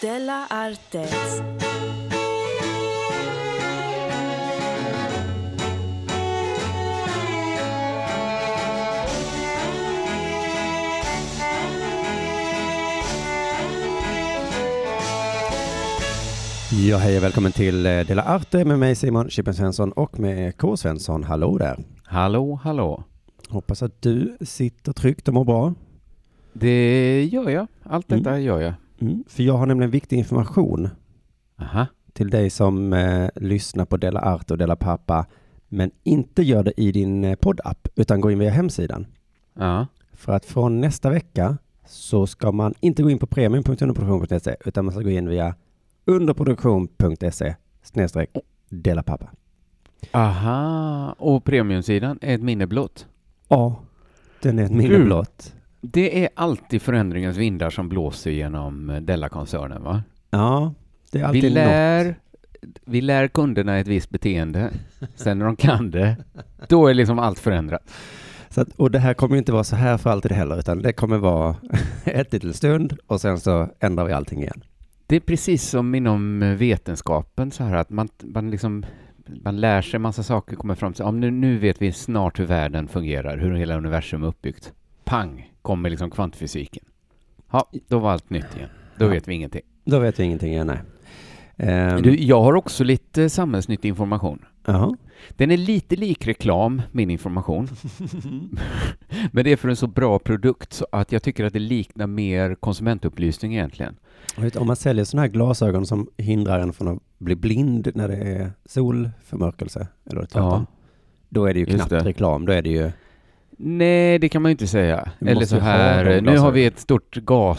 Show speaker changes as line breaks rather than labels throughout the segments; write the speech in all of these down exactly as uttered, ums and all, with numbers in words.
Della Artes.
Ja, hej och välkommen till Della Arte med mig Simon Chippen Svensson och med K. Svensson. Hallå där.
Hallå, hallå.
Hoppas att du sitter tryggt och mår bra.
Det gör jag. Allt detta
Mm.
gör jag.
Mm. För jag har nämligen viktig information
Aha.
till dig som eh, lyssnar på Della Arte och Della Pappa men inte gör det i din eh, poddapp utan går in via hemsidan.
Ja.
För att från nästa vecka så ska man inte gå in på premium punkt underproduktion punkt se utan man ska gå in via underproduktion punkt se snedstreck Della Pappa.
Aha. Och premiumsidan är ett minne blott.
Ja, den är ett minne
Mm.
blott.
Det är alltid förändringens vindar som blåser genom Della-koncernen, va?
Ja, det är alltid
Vi lär,
något.
vi lär kunderna ett visst beteende. Sen när de kan det, då är liksom allt förändrat.
Så att, och det här kommer ju inte vara så här för alltid heller, utan det kommer vara ett litet stund och sen så ändrar vi allting igen.
Det är precis som inom vetenskapen så här att man, man liksom man lär sig massa saker, kommer fram till, ja, nu, nu vet vi snart hur världen fungerar, hur hela universum är uppbyggt. Pang, kommer liksom kvantfysiken. Ja, då var allt nytt igen. Då
Ja.
vet vi ingenting.
Då vet vi ingenting igen, nej. Um,
Du, jag har också lite samhällsnyttig information.
Jaha.
Den är lite lik reklam, min information. Men det är för en så bra produkt så att jag tycker att det liknar mer konsumentupplysning egentligen.
Vet, om man säljer sådana här glasögon som hindrar en från att bli blind när det är solförmörkelse, eller tvärtom,
Ja,
då är det ju
just
knappt
det.
reklam. Då är det ju...
nej, det kan man ju inte säga.
Vi
Eller
måste
så
ju ha
här,
de
nu har
glasögonen.
vi ett stort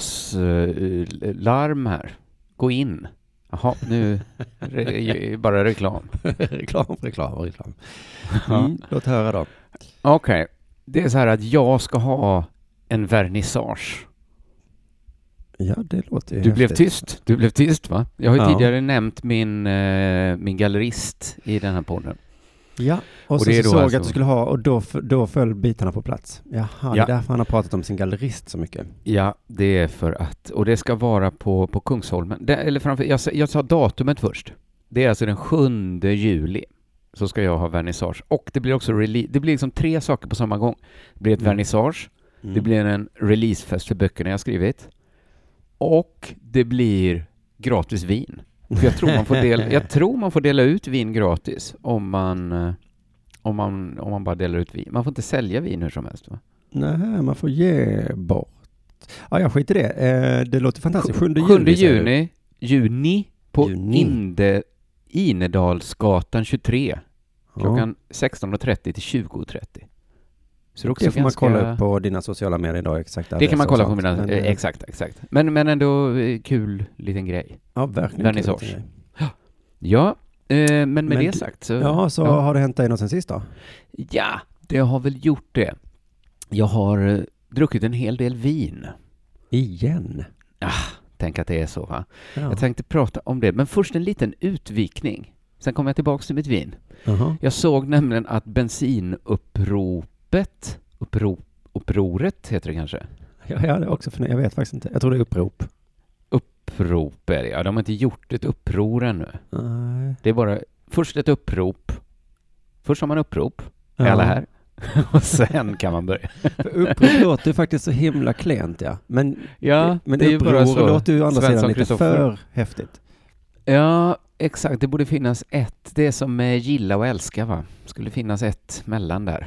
gaslarm här. Gå in. Jaha, nu re, bara reklam.
reklam, reklam, reklam.
Ja.
Mm, låt höra då.
Okej, det är så här att jag ska ha en vernissage.
Ja, det låter ju
Du blev
häftigt.
tyst. Du blev tyst, va? Jag har ju
Ja.
tidigare nämnt min, eh, min gallerist i den här podden.
Ja, och,
Och
så,
det är
så
då
såg jag
alltså-
att du skulle ha, och då, f- då föll bitarna på plats. Jaha, det
Ja.
är därför han har pratat om sin gallerist så mycket.
Ja, det är för att, och det ska vara på, på Kungsholmen. Det, eller framför, jag, sa- jag sa datumet först. Det är alltså den sjunde juli. Så ska jag ha vernissage. Och det blir också rele- det blir liksom tre saker på samma gång. Det blir ett
Mm.
vernissage.
Mm.
Det blir en releasefest för böckerna jag skrivit. Och det blir gratis vin. För jag tror man får dela, jag tror man får dela ut vin gratis om man, eh, om man, om man bara delar ut vin. Man får inte sälja vin hur som helst, va?
Nej, man får ge bort. Ja, jag skiter i det. Eh, det låter fantastiskt. sjunde juli.
sjunde
säger du.
juni, juni på
Juni.
Inde, Inedalsgatan tjugotre.
Ja.
Klockan sexton och trettio till tjugo och trettio. Så det är också
Det får man
ganska...
kolla upp på dina sociala medier idag. Exakt.
Det kan man
adress och
kolla på
sånt.
mina...
Men,
eh,
eh,
exakt, exakt. Men, men ändå eh, kul liten grej.
Ja, verkligen.
Vernissage.
kul.
Ja, eh, men med
Men
det
du-
sagt så...
Ja, så
ja.
har det hänt dig något sen sist då?
Ja, det har väl gjort det. Jag har eh, druckit en hel del vin.
Igen?
Tänk att det är så, va?
Ja.
Jag tänkte prata om det. Men först en liten utvikning. Sen kommer jag tillbaka till mitt vin.
Jaha.
Jag såg nämligen att bensinuppropet, upprop, upproret heter det kanske?
Ja, jag hade också för jag vet faktiskt inte. Jag tror det är upprop.
Upprop är det, ja. De har inte gjort ett uppror ännu.
Nej.
Det är bara först ett upprop. Först har man upprop. Är
Ja.
alla här? Och sen kan man börja.
För upprop låter ju faktiskt så himla klent, ja. Men,
Ja,
men
det är ju
uppror
bara så.
låter ju å andra
Svensson
sidan lite
Christopher.
för häftigt.
Ja, exakt. Det borde finnas ett. Det är som med gilla och älska, va? Skulle finnas ett mellan där.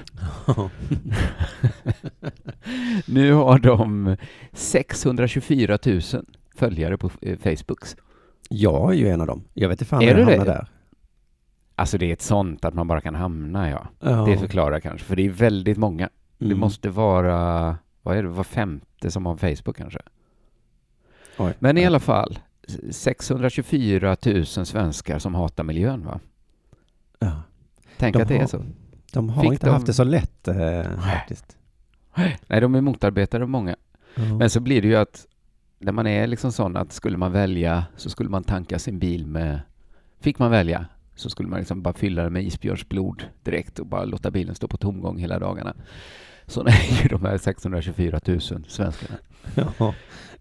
Nu har de sexhundratjugofyra tusen följare på eh, Facebooks.
Jag är ju en av dem. Jag vet inte fan
Är
när jag
du
hamnar
det?
där.
Alltså det är ett sånt att man bara kan hamna, ja.
Ja.
Det förklarar kanske, för det är väldigt många. Det
Mm.
måste vara, vad är det, var femte som har Facebook kanske.
Oj.
Men i alla fall, sexhundratjugofyra tusen svenskar som hatar miljön, va?
Ja.
Tänk
De
att det är
har-
så.
De har
Fick
inte
de-
haft det så lätt eh, faktiskt.
Nej, de är motarbetare av många.
Ja.
Men så blir det ju att när man är liksom sån att skulle man välja så skulle man tanka sin bil med, fick man välja så skulle man liksom bara fylla det med isbjörnsblod direkt och bara låta bilen stå på tomgång hela dagarna. Så är ju de här sexhundratjugofyra tusen svenskarna.
Ja.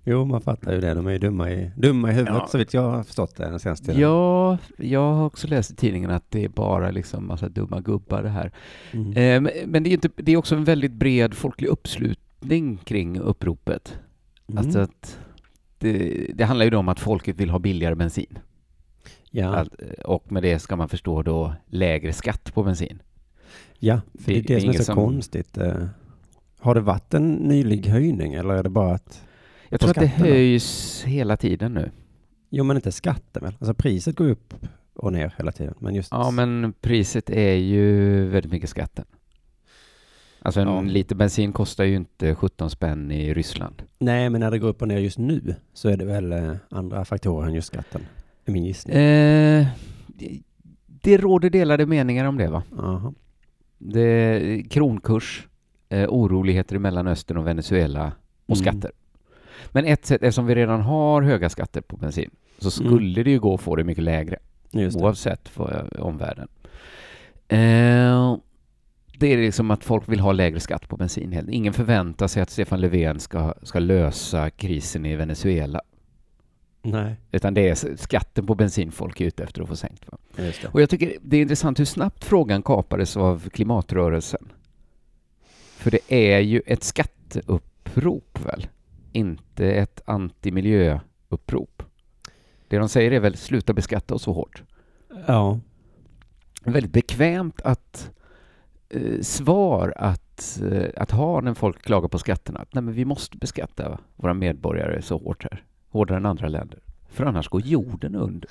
Jo, man fattar ju det. De är ju dumma i, dumma i huvudet,
Ja.
så vitt jag har förstått det den senaste tiden.
Ja, jag har också läst i tidningen att det är bara liksom massa dumma gubbar det här.
Mm.
Eh, men men det är, inte, det är också en väldigt bred folklig uppslutning kring uppropet.
Mm.
Alltså att det, det handlar ju då om att folket vill ha billigare bensin.
Ja,
Att, och med det ska man förstå då lägre skatt på bensin.
ja, för det är
det
det
är
som är
ingen
så
som-
konstigt. eh. Har det varit en nylig höjning eller är det bara att...
Jag
På
tror att det
skatten då?
höjs hela tiden nu.
Jo, men inte skatten väl? Alltså priset går upp och ner hela tiden. Men just...
Ja, men priset är ju väldigt mycket skatten. Alltså en
Ja.
liter bensin kostar ju inte sjutton spänn i Ryssland.
Nej, men när det går upp och ner just nu så är det väl eh, andra faktorer än just skatten. Är min gissning.
Eh, det, det råder delade meningar om det, va?
Aha.
Det, kronkurs, eh, oroligheter i Mellanöstern och Venezuela och
Mm.
skatter. Men ett sätt, eftersom vi redan har höga skatter på bensin, så skulle det ju gå att få det mycket lägre,
Just det.
oavsett för omvärlden. Eh, det är liksom att folk vill ha lägre skatt på bensin. helt. Ingen förväntar sig att Stefan Löfven ska, ska lösa krisen i Venezuela.
Nej,
Utan det är skatten på bensin folk är ute efter att få sänkt. Va?
just det.
Och jag tycker det är intressant hur snabbt frågan kapades av klimatrörelsen. För det är ju ett skatteupprop väl? Inte ett antimiljöupprop. Det de säger är väl sluta beskatta oss så hårt.
Ja.
Väldigt bekvämt att eh, svar att, eh, att ha när folk klagar på skatterna. Att nej, men vi måste beskatta våra medborgare så hårt här. Hårdare än andra länder. För annars går jorden under.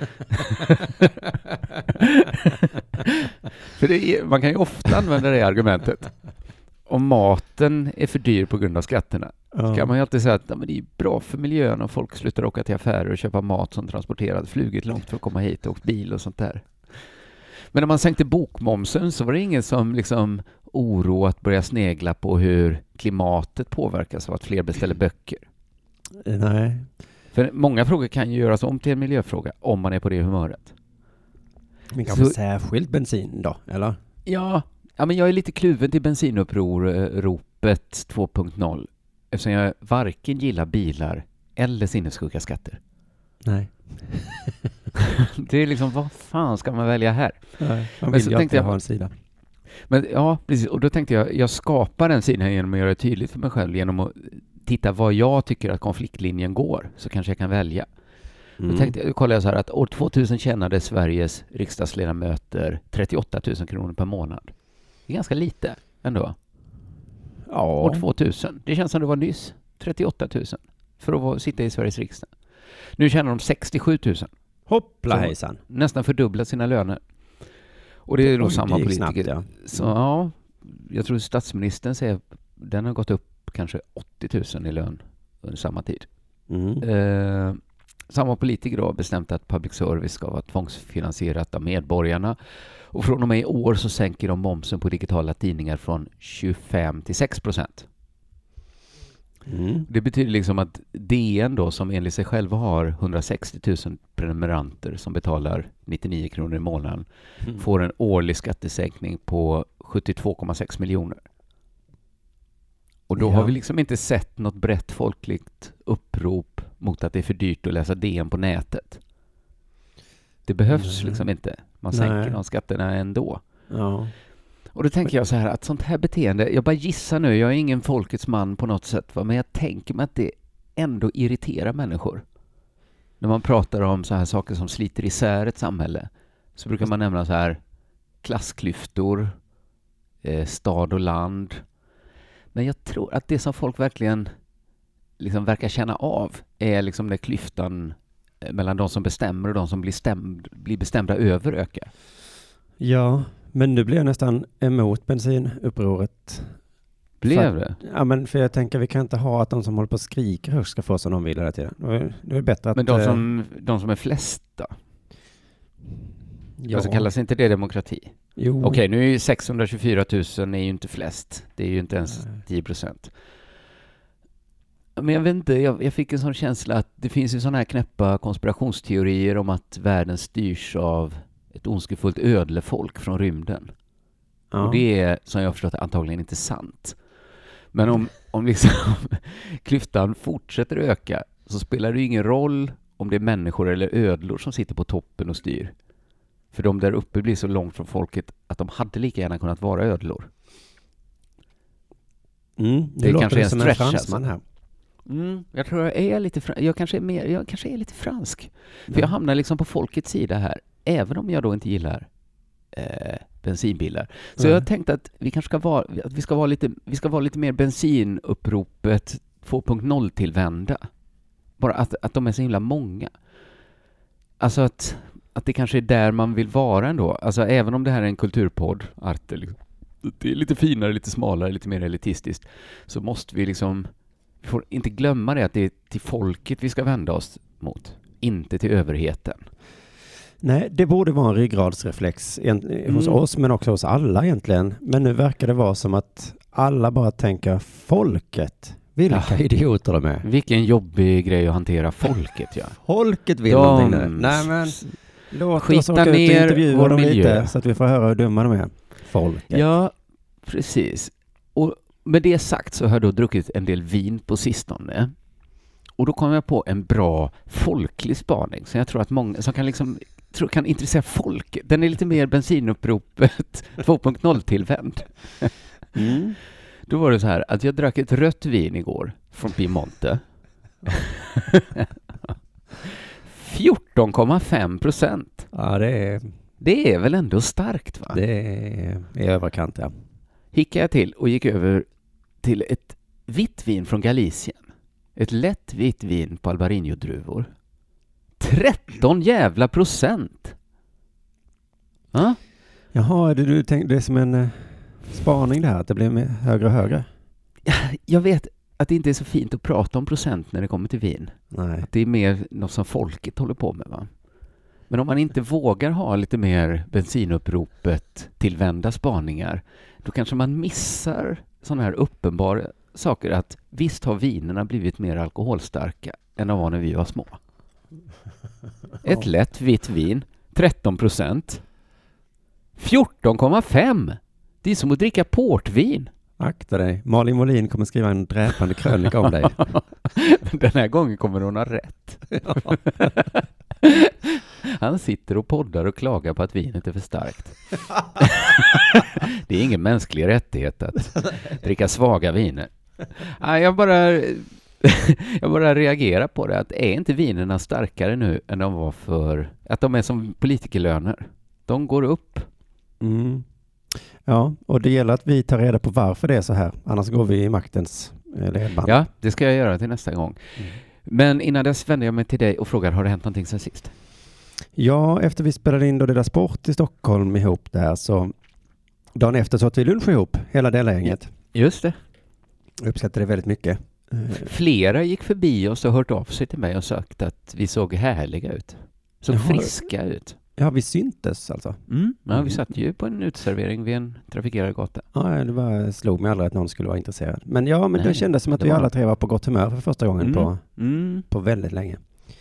För det är, man kan ju ofta använda det argumentet. Om maten är för dyr på grund av skatterna
Ja.
kan man ju alltid säga att ja, men det är bra för miljön och folk slutar åka till affärer och köpa mat som transporterad, flugit långt för att komma hit och åkt bil och sånt där. Men när man sänkte bokmomsen så var det ingen som liksom oro att börja snegla på hur klimatet påverkas av att fler beställer böcker.
Nej.
För många frågor kan ju göras om till en miljöfråga om man är på det humöret.
Men kanske
Så-
särskilt bensin då, eller?
Ja, ja men jag är lite kluven till bensinupproret två punkt noll eftersom jag varken gillar bilar eller sinnessjuka skatter.
Nej.
Det är liksom, vad fan ska man välja här?
Nej. Man
Men
vill
så
ju
tänkte
alltid
jag-
ha en sida.
Men ja, precis. Och då tänkte jag, jag skapar den sidan genom att göra det tydligt för mig själv genom att titta vad jag tycker att konfliktlinjen går, så kanske jag kan välja.
Mm.
Då tänkte jag, då kollade jag så här att år tvåtusen tjänade Sveriges riksdagsledamöter trettioåtta tusen kronor per månad. Det är ganska lite ändå.
Ja.
År tvåtusen. Det känns som det var nyss. trettioåtta tusen för att vara, sitta i Sveriges riksdag. Nu tjänar de sextiosju tusen.
Hoppla
Så-
hejsan.
Nästan fördubblat sina löner. Och det är nog
Oj,
samma
det gick
politiker.
snabbt, ja.
Så ja, jag tror statsministern säger den har gått upp kanske åttio tusen i lön under samma tid.
Mm.
Eh, samma politiker då har bestämt att public service ska vara tvångsfinansierat av medborgarna. Och från och med i år så sänker de momsen på digitala tidningar från tjugofem till sex procent.
Mm.
Det betyder liksom att D N då, som enligt sig själva har hundrasextio tusen prenumeranter som betalar nittionio kronor i månaden,
Mm.
får en årlig skattesänkning på sjuttiotvå komma sex miljoner. Och då
Ja.
har vi liksom inte sett något brett folkligt upprop mot att det är för dyrt att läsa D N på nätet. Det behövs
Nej.
liksom inte. Man sänker
Nej.
de skatterna ändå.
Ja.
Och då tänker jag så här att sånt här beteende, jag bara gissar nu, jag är ingen folkets man på något sätt, va? Men jag tänker mig att det ändå irriterar människor. När man pratar om så här saker som sliter isär ett samhälle så brukar man nämna så här klassklyftor, eh, stad och land. Men jag tror att det som folk verkligen liksom verkar känna av är liksom när klyftan eh, mellan de som bestämmer och de som blir, stämd, blir bestämda över ökar.
Ja, men nu blir jag nästan emot bensinupproret.
Blev
För-
det?
Ja, men för jag tänker vi kan inte ha att de som håller på och skriker högst ska få som de vill hela tiden. Då är det är bättre att...
Men de
eh,
som, de som är flest då?
ja.
Alltså kallas inte det demokrati?
Jo.
Okej, nu är ju sexhundratjugofyra tusen är ju inte flest. Det är ju inte ens
Nej.
tio procent. Men jag vet inte, jag, jag fick en sån känsla att det finns ju såna här knäppa konspirationsteorier om att världen styrs av ett ondskefullt ödlefolk från rymden.
Ja.
Och det är, som jag har förstått, antagligen inte sant. Men om, om liksom klyftan fortsätter öka så spelar det ju ingen roll om det är människor eller ödlor som sitter på toppen och styr. För de där uppe blir så långt från folket att de hade lika gärna kunnat vara ödlor.
Mm,
det är kanske en
som
stretch
en fransman här.
Mm, jag tror jag är lite fra- jag kanske är mer jag kanske är lite fransk. För jag hamnar liksom på folkets sida här, även om jag då inte gillar eh, bensinbilar. Så
Mm.
jag tänkte att vi kanske ska vara att vi ska vara lite vi ska vara lite mer bensinuppropet två punkt noll tillvända. Bara att att de är så himla många. Alltså att att det kanske är där man vill vara ändå. Alltså även om det här är en kulturpodd, Arte, liksom, det är lite finare, lite smalare, lite mer elitistiskt, så måste vi liksom, vi får inte glömma det att det är till folket vi ska vända oss mot, inte till överheten.
Nej, det borde vara en ryggradsreflex mm. hos oss, men också hos alla egentligen. Men nu verkar det vara som att alla bara tänker folket. Vilka ja. idioter de är.
Vilken jobbig grej att hantera folket, ja.
Folket vill
de...
någonting nu. Nej, men låt
skita
oss åka
ner
ut och intervjua dem
miljö.
lite så att vi får höra hur dumma de är. Folket.
Ja, precis. Och med det sagt så har jag då druckit en del vin på sistone. Och då kom jag på en bra folklig spaning som jag tror att många som kan liksom tror kan intressera folk. Den är lite mer bensinuppropet två punkt noll tillvänd.
Mm.
Då var det så här att jag drack ett rött vin igår från Piemonte. fjorton komma fem procent.
Ja, det är...
Det är väl ändå starkt, va?
Det är i överkant, ja.
Hickade jag till och gick över till ett vitt vin från Galicien. Ett lätt vitt vin på Albarino-druvor. tretton jävla procent! Ja?
Jaha, det, du tänkte, det är som en uh, spaning det här, att det blir mer, högre och högre.
Jag vet att det inte är så fint att prata om procent när det kommer till vin.
Nej.
Att det är mer något som folket håller på med, va? Men om man inte vågar ha lite mer bensinuppropet tillvända spaningar, då kanske man missar sådana här uppenbara saker, att visst har vinerna blivit mer alkoholstarka än de var när vi var små. Ett lätt vitt vin, tretton procent. fjorton komma fem! Det är som att dricka portvin.
Akta dig. Malin Molin kommer skriva en dräpande krönika om dig.
Den här gången kommer hon ha rätt. Han sitter och poddar och klagar på att vinet är för starkt. Det är ingen mänsklig rättighet att dricka svaga viner. Jag bara, jag bara reagerar på det. Att är inte vinerna starkare nu än de var för... Att de är som politikerlöner. De går upp.
Mm. Ja, och det gäller att vi tar reda på varför det är så här. Annars går vi i maktens ledband.
Ja, det ska jag göra till nästa gång. Mm. Men innan dess vänder jag mig till dig och frågar, har det hänt någonting sen sist?
Ja, efter vi spelade in då det där sport i Stockholm ihop där, så dagen efter så åt vi lunch ihop, hela delägänget.
Just det.
Jag uppskattade det väldigt mycket.
Flera gick förbi oss och hört av sig till mig och sagt att vi såg härliga ut. Såg Jaha. friska ut.
Ja, vi syntes alltså.
Mm. Ja, vi satt ju på en utservering vid en trafikerad gata.
Ja, det var, slog mig aldrig att någon skulle vara intresserad. Men ja, men Nej, det kändes som att vi
var...
alla tre var på gott humör för första gången
mm.
på,
mm.
på väldigt länge.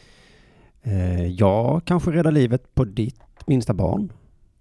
Eh, jag kanske räddade livet på ditt minsta barn.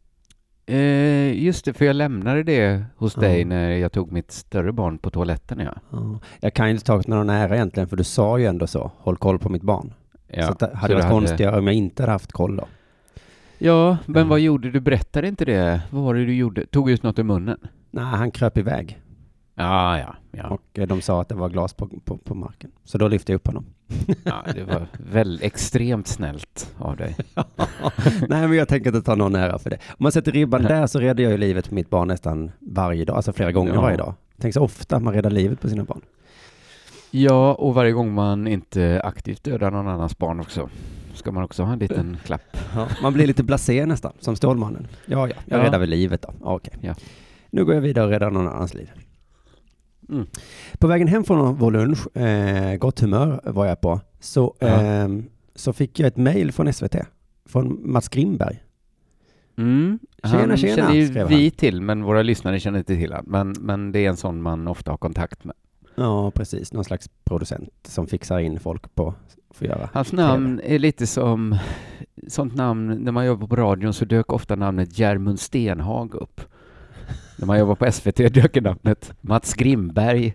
Eh, just det, för jag lämnade det hos
ja.
dig när jag tog mitt större barn på toaletten. Ja.
Ja. Jag kan ju inte tagit någon nära egentligen, för du sa ju ändå så. Håll koll på mitt barn.
Ja,
så det hade så varit konstigare hade... om jag inte hade haft koll då.
Ja, men mm. vad gjorde du? Berättade inte det? Vad var det du gjorde? Tog ut något i munnen?
Nej, han kröp iväg.
Ja, ja, ja.
Och eh, de sa att det var glas på, på, på marken. Så då lyfte jag upp honom.
Ja, det var väl extremt snällt av dig.
Nej, men jag tänker inte ta någon ära för det. Om man sätter ribban där så räddar jag ju livet på mitt barn nästan varje dag. Alltså flera gånger ja. varje dag. Tänk så ofta man räddar livet på sina barn.
Ja, och varje gång man inte aktivt dödar någon annans barn också. Ska man också ha en liten klapp.
Ja, man blir lite blasé nästan, som Stålmannen. Ja, ja, jag ja. räddar väl livet då. Okej.
Ja.
Nu går jag vidare och räddar någon annans liv.
Mm.
På vägen hem från vår lunch, eh, gott humör var jag på, så, eh, så fick jag ett mejl från S V T, från Mats Grimberg.
Mm.
Tjena,
han
tjena,
känner ju vi
han.
till, men våra lyssnare känner inte till han. Men, men det är en sån man ofta har kontakt med.
Ja, precis. Någon slags producent som fixar in folk på för göra.
Hans namn T V. Är lite som sånt namn, när man jobbar på radion så dök ofta namnet Järmund Stenhag upp. När man jobbar på S V T dök namnet Mats Grimberg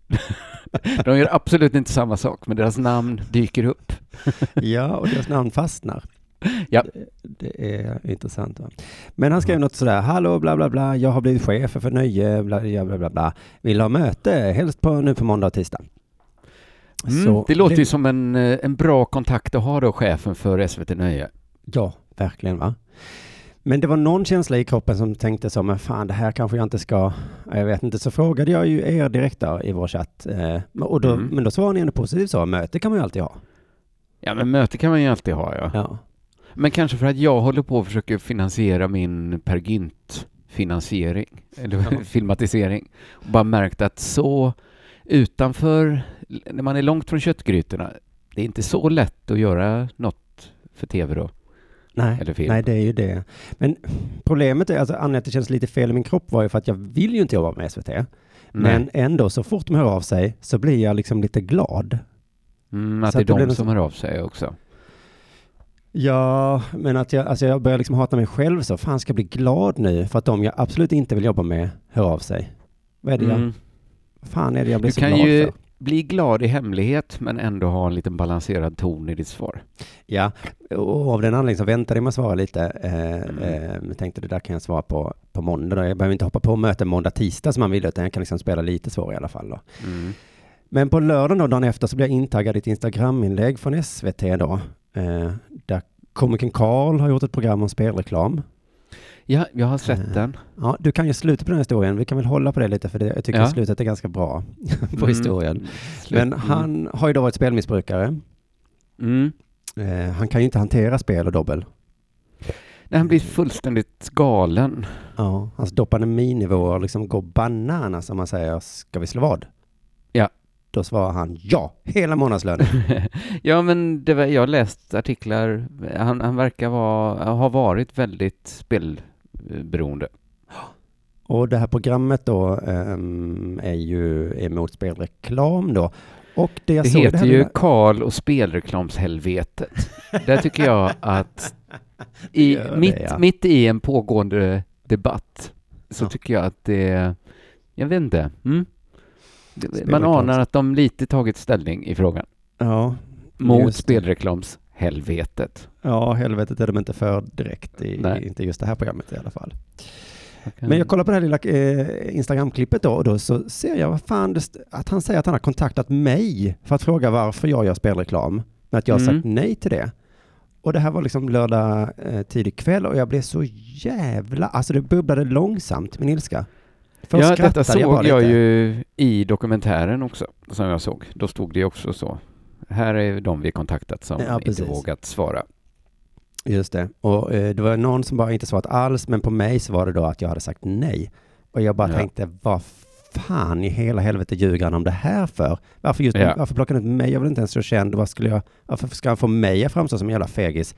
De gör absolut inte samma sak, men deras namn dyker upp.
Ja, och deras namn fastnar.
Ja.
Det, det är intressant. Va? Men han skrev mm. något sådär, hallå bla bla bla, jag har blivit chef för nöje, bla bla bla bla. Vill ha möte, helst på, nu på måndag och tisdag.
Mm, så det låter det... ju som en, en bra kontakt att ha då, chefen för S V T Nöje.
Ja, verkligen va. Men det var någon känsla i kroppen som tänkte så, men fan det här kanske jag inte ska, jag vet inte, så frågade jag ju er direkt där i vår chatt. Eh, och då, mm. Men då svarade ni ändå positivt så, möte kan man ju alltid ha.
Ja, men möte kan man ju alltid ha, ja.
ja.
Men kanske för att jag håller på att försöka finansiera min Per Gynt-finansiering, eller ja. filmatisering. Och bara märkt att så utanför, när man är långt från köttgrytorna, det är inte så lätt att göra något för tv då.
Nej,
eller film.
Nej, det är ju det. Men problemet är, alltså anledningen att det känns lite fel i min kropp var ju för att jag vill ju inte jobba med S V T. Nej. Men ändå, så fort de hör av sig så blir jag liksom lite glad.
Mm, att så det är att det de något... som hör av sig också.
Ja, men att jag, alltså jag börjar liksom hata mig själv så. Fan, ska jag bli glad nu för att de jag absolut inte vill jobba med hör av sig. Vad är det
mm.
jag... Fan är det jag blir
du
så glad för?
Du kan ju bli glad i hemlighet men ändå ha en liten balanserad ton i ditt svar.
Ja, och av den anledningen så väntade jag med att svara lite. Eh, mm. eh, jag tänkte det där kan jag svara på på måndag då. Jag behöver inte hoppa på möten måndag, tisdag som man vill, utan jag kan liksom spela lite svår i alla fall då.
Mm.
Men på lördagen då, dagen efter, så blir jag intaggad i ett Instagram-inlägg från S V T då. Eh, där komikern Karl har gjort ett program om spelreklam.
Ja, jag har sett eh, den.
Ja, du kan ju sluta på den historien. Vi kan väl hålla på det lite, för det, jag tycker ja. att slutet är ganska bra på mm. historien. Slut. Men han mm. har ju då varit spelmissbrukare.
Mm.
Eh, han kan ju inte hantera spel och dobbel.
Nej, han blir fullständigt galen.
Ja, hans dopaminnivåer liksom går bananas, som man säger. Ska vi slå vad?
Ja.
Då svarar han ja, hela månadslönen.
Ja, men det var, jag har läst artiklar. Han, han verkar vara, ha varit väldigt spelberoende.
Och det här programmet då um, är ju emot spelreklam då. Och det jag
det
såg
heter
det
ju
där...
Karl och spelreklamshelvetet. Där tycker jag att i, det, mitt, ja. mitt i en pågående debatt så ja. tycker jag att det, jag vet inte. Mm? Man anar att de lite tagit ställning i frågan.
Ja.
Mot spelreklamshelvetet.
Ja, helvetet är de inte för direkt i, inte just det här programmet i alla fall. Okay. Men jag kollar på det här lilla eh, Instagram-klippet då, och då så ser jag vad fan det st- att han säger att han har kontaktat mig för att fråga varför jag gör spelreklam, men att jag har mm. sagt nej till det. Och det här var liksom lördag eh, tidig kväll och jag blev så jävla, alltså det bubblade långsamt, min ilska.
Ja, detta såg jag, jag ju i dokumentären också, som jag såg. Då stod det också så. Här är de vi kontaktat som ja, inte vågat svara.
Just det. Och eh, det var någon som bara inte svarat alls, men på mig så var det då att jag hade sagt nej. Och jag bara ja. tänkte, vad fan i hela helvete ljuger han om det här för? Varför, just, ja. varför plockar han ut mig? Jag vill inte ens så känd. Vad skulle jag, varför ska han få mig att framstå som en jävla fegis?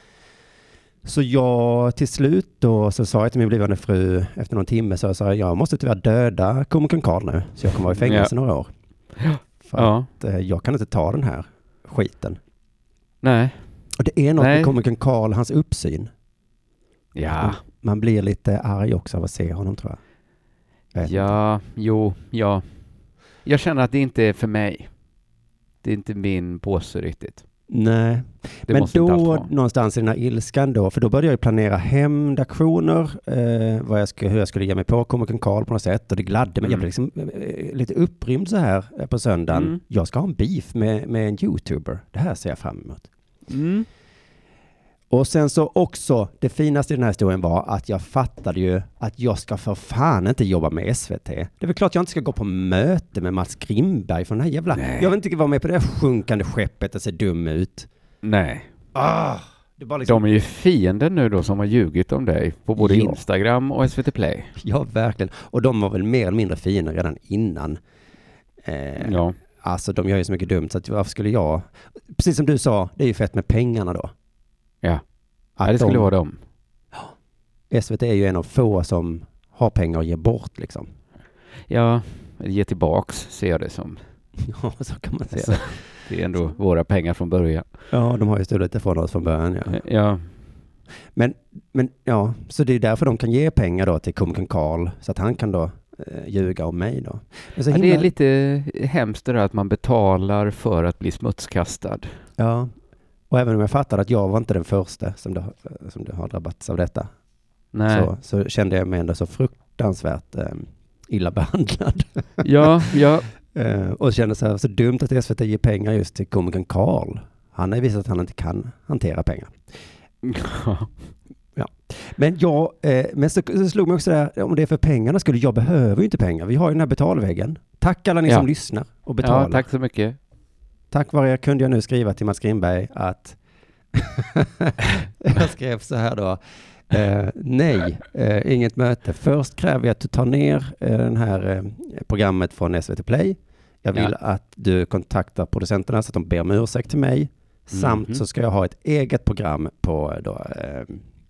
Så jag till slut då så sa jag till min blivande fru efter någon timme, så jag sa jag måste tyvärr döda komikern Karl nu. Så jag kommer vara i fängelse ja. några år. För ja. att eh, jag kan inte ta den här skiten.
Nej.
Och det är något Nej. med komikern Karl, hans uppsyn.
Ja.
Man, man blir lite arg också av att se honom, tror jag. jag
ja, inte. jo, ja. Jag känner att det inte är för mig. Det är inte min påse riktigt.
Nej, det men då någonstans i den här ilskan då, för då började jag ju planera hämndaktioner, eh, vad jag skulle, hur jag skulle ge mig på komikern Karl på något sätt, och det gladde mig. Mm. Jag blev liksom eh, lite upprymd så här eh, på söndagen. Mm. Jag ska ha en beef med, med en YouTuber. Det här ser jag fram emot.
Mm.
Och sen så också, det finaste i den här historien var att jag fattade ju att jag ska för fan inte jobba med S V T. Det är väl klart jag inte ska gå på möte med Mats Grimberg för den här jävla... Nej. Jag vill inte vara med på det här sjunkande skeppet och se dum ut.
Nej.
Ah, det är bara liksom...
De är ju fiender nu då som har ljugit om dig på både ja. Instagram och S V T Play.
Ja, verkligen. Och de var väl mer eller mindre fiender redan innan. Eh, ja. Alltså, de gör ju så mycket dumt så att varför skulle jag... Precis som du sa, det är ju fett med pengarna då.
Ja, ja det skulle de, vara dem.
S V T är ju en av få som har pengar att ge bort liksom.
Ja, ge tillbaks ser jag det som.
Ja, så kan man säga.
Alltså, det är ändå våra pengar från början.
Ja, de har ju stulit det från oss från början. Ja.
ja.
Men, men ja, så det är därför de kan ge pengar då till komikern Karl, så att han kan då eh, ljuga om mig då. Men så
ja,
himla...
det är lite hemskt det där att man betalar för att bli smutskastad.
Ja, och även om jag fattar att jag var inte den första som det, som det har drabbats av detta.
Nej.
Så, så kände jag mig ändå så fruktansvärt eh, illa behandlad.
Ja, ja.
eh, och kände så här, så dumt att S V T ger pengar just till komikern Karl. Han har ju visat att han inte kan hantera pengar. Ja. Men jag, eh, men så, så slog mig också där, om det är för pengarna skulle jag behöver ju inte pengar. Vi har ju den här betalväggen. Tack alla ni
Ja.
som lyssnar och betalar.
Ja, tack så mycket.
Tack vare er kunde jag nu skriva till Mats Grimberg att jag skrev så här då. Eh, nej, eh, inget möte. Först kräver jag att du tar ner eh, den här eh, programmet från S V T Play. Jag vill
Ja.
att du kontaktar producenterna så att de ber om ursäkt till mig. Samt
Mhm.
så ska jag ha ett eget program på, då, eh,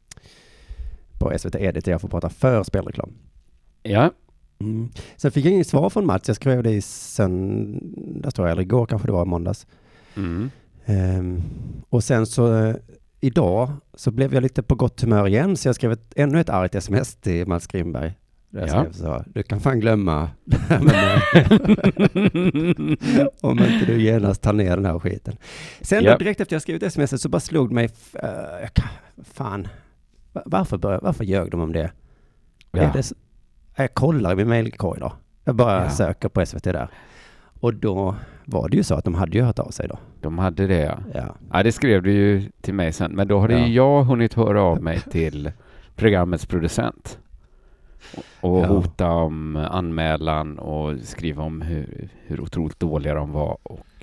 på S V T Edit där jag får prata för spelreklam.
Ja.
Mm. Sen fick jag inget svar från Mats. Jag skrev det i söndags tror jag, eller igår kanske det var, måndags.
Mm.
Um, och sen så uh, idag så blev jag lite på gott humör igen, så jag skrev ett, ännu ett argt sms till Mats Grimberg. Där jag
Ja.
skrev så, du kan fan glömma det här med mig. Om inte du genast tar ner den här skiten. Sen
Ja.
då, direkt efter jag skrivit sms så bara slog mig, uh, jag kan, fan, varför, bör, varför ljög de om det?
Ja.
Är det så, jag kollar i min mailkorg då. Jag bara
Ja.
söker på S V T där. Och då var det ju så att de hade ju hört av sig då.
De hade det, ja.
Ja.
Ja, det skrev du ju till mig sen. Men då hade
Ja.
ju jag hunnit höra av mig till programmets producent. Och
Ja.
hota om anmälan och skriva om hur, hur otroligt dåliga de var. Och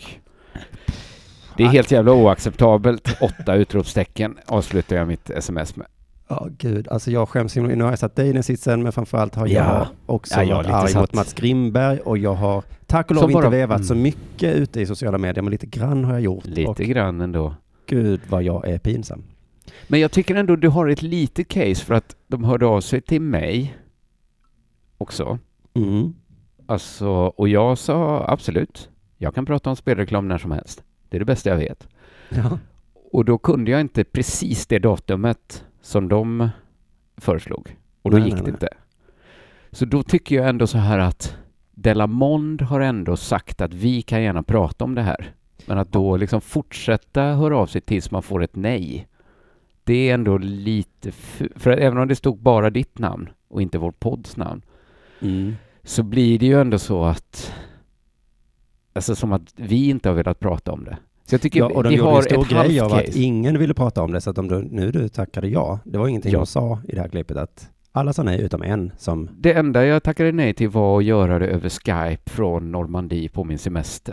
det är helt jävla oacceptabelt. Åtta utropstecken avslutar jag mitt sms med.
Ja, gud. Alltså jag skäms. Nu har jag satt dig i den sitsen, men framförallt har jag
Ja.
också
Ja, jag har
varit
lite
arg
satt-
mot Mats Grimberg och jag har tack och lov
Som
inte
bara-
vevat
mm.
så mycket ute i sociala medier, men lite grann har jag gjort.
Lite
och
grann ändå.
gud vad jag är pinsam.
Men jag tycker ändå du har ett litet case för att de hörde av sig till mig också.
Mm.
Alltså, och jag sa absolut, jag kan prata om spelreklam när som helst. Det är det bästa jag vet.
Ja.
Och då kunde jag inte precis det datumet som de föreslog. Och då
Nej,
gick
nej,
det
nej.
inte. Så då tycker jag ändå så här att Delamond har ändå sagt att vi kan gärna prata om det här. Men att då liksom fortsätta höra av sig tills man får ett nej. Det är ändå lite... F- för även om det stod bara ditt namn och inte vår podds namn,
Mm.
så blir det ju ändå så att... Alltså som att vi inte har velat prata om det. Så jag tycker
Ja, och de
vi
gjorde
har
en stor
ett
grej av
halvt
att
case.
ingen ville prata om det, så att om du, nu du tackade ja. Det var ingenting
Ja.
de sa i det här klippet, att alla sa nej utom en som...
Det enda jag tackade nej till var att göra det över Skype från Normandie på min semester.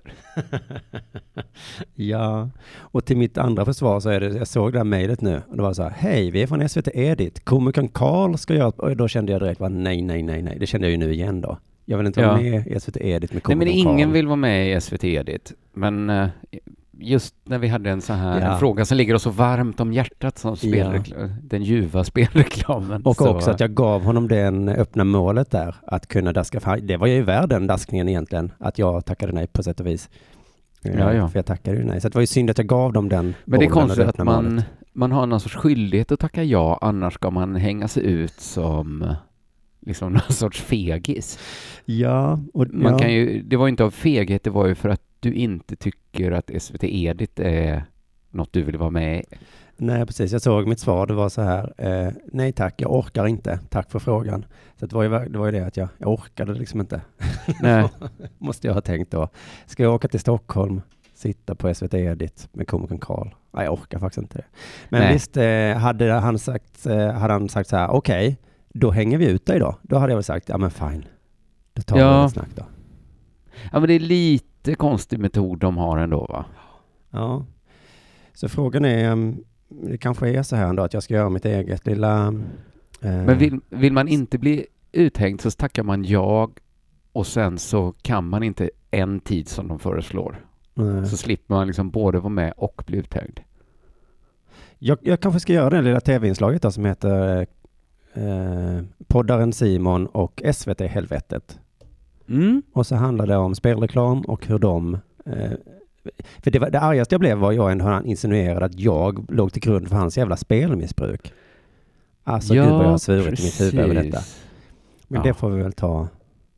Ja, och till mitt andra försvar så är det, jag såg det här mejlet nu och det var så här, hej, vi är från S V T Edit, komikern Karl ska göra, och då kände jag direkt, va, nej, nej, nej, nej, det kände jag ju nu igen då. Jag vill inte vara
Ja.
med i S V T Edit med
Nej, men
komikern
ingen
Karl.
vill vara med i S V T Edit. Men eh, just när vi hade en så här
Ja.
en fråga som ligger oss så varmt om hjärtat som spelreklam, den ljuva spelreklamen.
Och
så,
också att jag gav honom den öppna målet där, att kunna daska, för det var ju värd den daskningen egentligen, att jag tackade nej på sätt och vis. Eh,
Ja, ja.
För jag tackade ju nej, så det var ju synd att jag gav dem den.
Men det är
bollen och
konstigt att
öppna
man,
målet.
man har någon sorts skyldighet att tacka ja, annars ska man hänga sig ut som liksom någon sorts fegis.
Ja, och
Man
ja.
kan ju, det var ju inte av feghet, det var ju för att du inte tycker att S V T Edit är något du vill vara med i.
Nej, precis. Jag såg mitt svar. Det var så här. Eh, nej tack, jag orkar inte. Tack för frågan. Så det var ju det, var ju det att jag, jag orkade liksom inte.
Nej.
Måste jag ha tänkt då. Ska jag åka till Stockholm, sitta på S V T Edit med komikern Karl? Nej, jag orkar faktiskt inte det. Men
Nej.
visst, eh, hade han sagt, eh, hade han sagt så här, okej, okay, då hänger vi ut dig då. Då hade jag väl sagt, ja men fine. Då tar
Ja.
vi ett snack då.
Ja, men det är lite konstig metod de har ändå, va?
Ja. Så frågan är, um, det kanske är så här ändå att jag ska göra mitt eget lilla... Eh,
Men vill, vill man inte bli uthängd så tackar man jag och sen så kan man inte en tid som de föreslår.
nej.
Så slipper man liksom både vara med och bli uthängd.
Jag, jag kanske ska göra det lilla tv-inslaget då, som heter eh, Poddaren Simon och S V T-helvetet.
Mm.
Och så handlar det om spelreklam och hur de... Eh, för det, var, det argaste jag blev var jag ändå han insinuerade att jag låg till grund för hans jävla spelmissbruk. Alltså gud vad jag har svurit i mitt huvud över detta. Men
Ja.
det får vi väl ta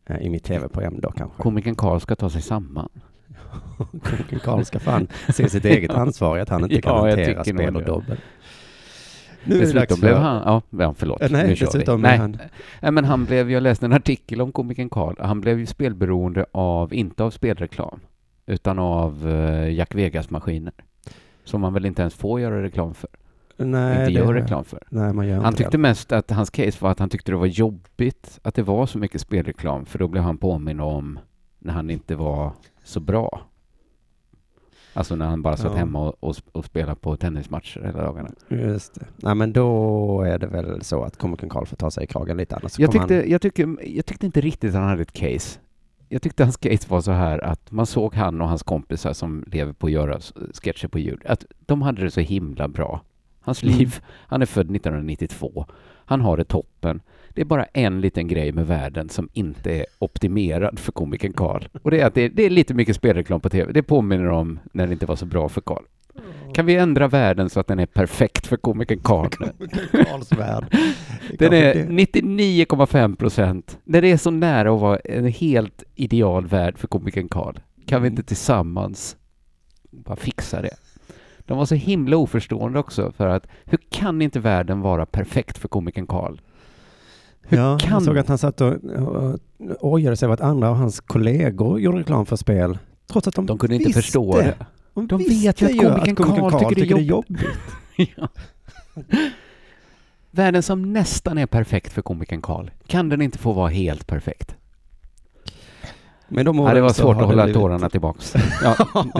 eh, i mitt tv-program då kanske.
Komikern Karl ska ta sig samman.
Komikern Karl ska fan se sitt eget ansvar att han inte kan
Ja, jag
hantera
tycker
spel
nog
och
det.
dobbel. Nu är det dags
Dessutom
för...
blev han, ja, ja förlåt.
Eh, Nej,
nu kör vi.
dessutom
Nej.
han...
Nej, men han blev, jag läste en artikel om komikern Karl, han blev ju spelberoende av, inte av spelreklam, utan av uh, Jack Vegas-maskiner. Som man väl inte ens får göra reklam för.
Nej,
inte
det...
gör reklam för.
Nej, man gör
Han
inte
tyckte
det.
mest att hans case var att han tyckte det var jobbigt att det var så mycket spelreklam, för då blev han påminn om när han inte var så bra. Alltså när han bara satt
Ja.
hemma och, och, och spelade på tennismatcher hela dagarna.
Just det. Nej, men då är det väl så att komikern Karl får ta sig i kragen lite annars.
Jag
kommer
tyckte,
han...
jag, tyckte, jag tyckte inte riktigt att han hade ett case. Jag tyckte hans case var så här att man såg han och hans kompisar som lever på att göra sketcher på ljud, att de hade det så himla bra. Hans
Mm.
liv, han är född nittonhundranittiotvå. Han har det toppen. Det är bara en liten grej med världen som inte är optimerad för komikern Karl. Och det är att det är, det är lite mycket spelreklam på tv. Det påminner om när det inte var så bra för Karl. Kan vi ändra världen så att den är perfekt för komikern Karl?
Komikern Karls värld.
Den är nittionio komma fem procent. När det är så nära att vara en helt ideal värld för komikern Karl. Kan vi inte tillsammans bara fixa det? De var så himla oförstående också för att hur kan inte världen vara perfekt för komikern Karl? Hur
Ja,
kan...
jag såg att han satt och, och ojade sig över att andra av hans kollegor gjorde reklam för spel. Trots att de,
de kunde inte
visste,
förstå det.
De,
De
visste
vet ju att komikern Karl tycker, tycker det är jobbigt. Ja. Världen som nästan är perfekt för komikern Karl. Kan den inte få vara helt perfekt?
Men de
ja, det var svårt att hålla
blivit...
tårarna tillbaks. Ja.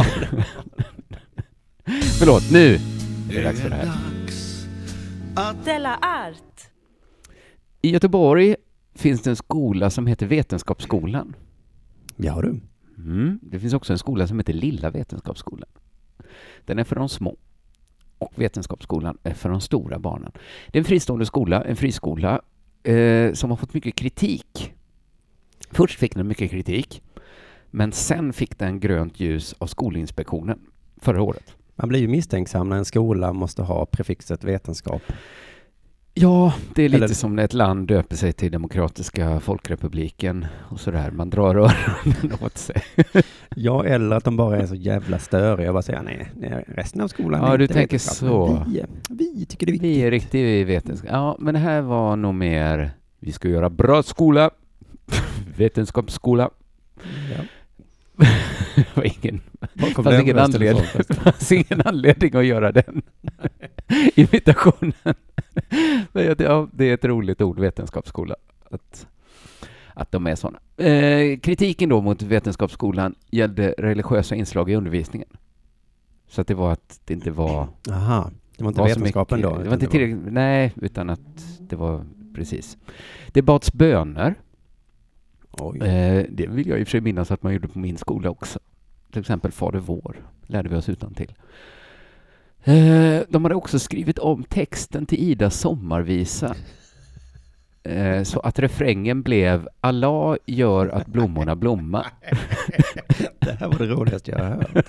Förlåt, nu är det dags för det här.
Della Art.
I Göteborg finns det en skola som heter Vetenskapsskolan.
Ja du.
Mm. Det finns också en skola som heter Lilla Vetenskapsskolan. Den är för de små. Och Vetenskapsskolan är för de stora barnen. Det är en fristående skola, en friskola eh, som har fått mycket kritik. Först fick den mycket kritik, men sen fick den grönt ljus av Skolinspektionen förra året.
Man blir ju misstänksam när en skola måste ha prefixet vetenskap.
Ja, det är lite
Eller...
som när ett land döper sig till Demokratiska Folkrepubliken och sådär. Man drar öronen åt sig.
Ja, eller att de bara är så jävla störiga och bara säger nej, nej resten av skolan
ja,
är
du
inte
tänker
vetenskap,
så.
Vi, vi tycker det är viktigt.
Vi är riktigt vetenskap. Ja, men det här var nog mer, vi ska göra bra skola. Vetenskapsskola.
Ja.
Det var ingen,
Bakom
fanns ingen,
den rösten
anledning,
ifrån.
fanns ingen anledning att göra den imitationen. Men ja, det är ett roligt ord, vetenskapsskola. Att, att de är sådana. Eh, kritiken då mot Vetenskapsskolan gällde religiösa inslag i undervisningen. Så att det var att det inte var...
Aha, det var inte
var så
vetenskapen
mycket,
då?
Det var inte tillräckligt, nej, utan att det var precis. Det bads böner.
Oj.
Eh, det vill jag i och för sig minnas att man gjorde på min skola också. Till exempel Fader vår lärde vi oss utan till. Eh, de hade också skrivit om texten till Idas sommarvisa. Eh, så att refrängen blev Allah gör att blommorna blomma.
Det här var det roligaste jag har hört.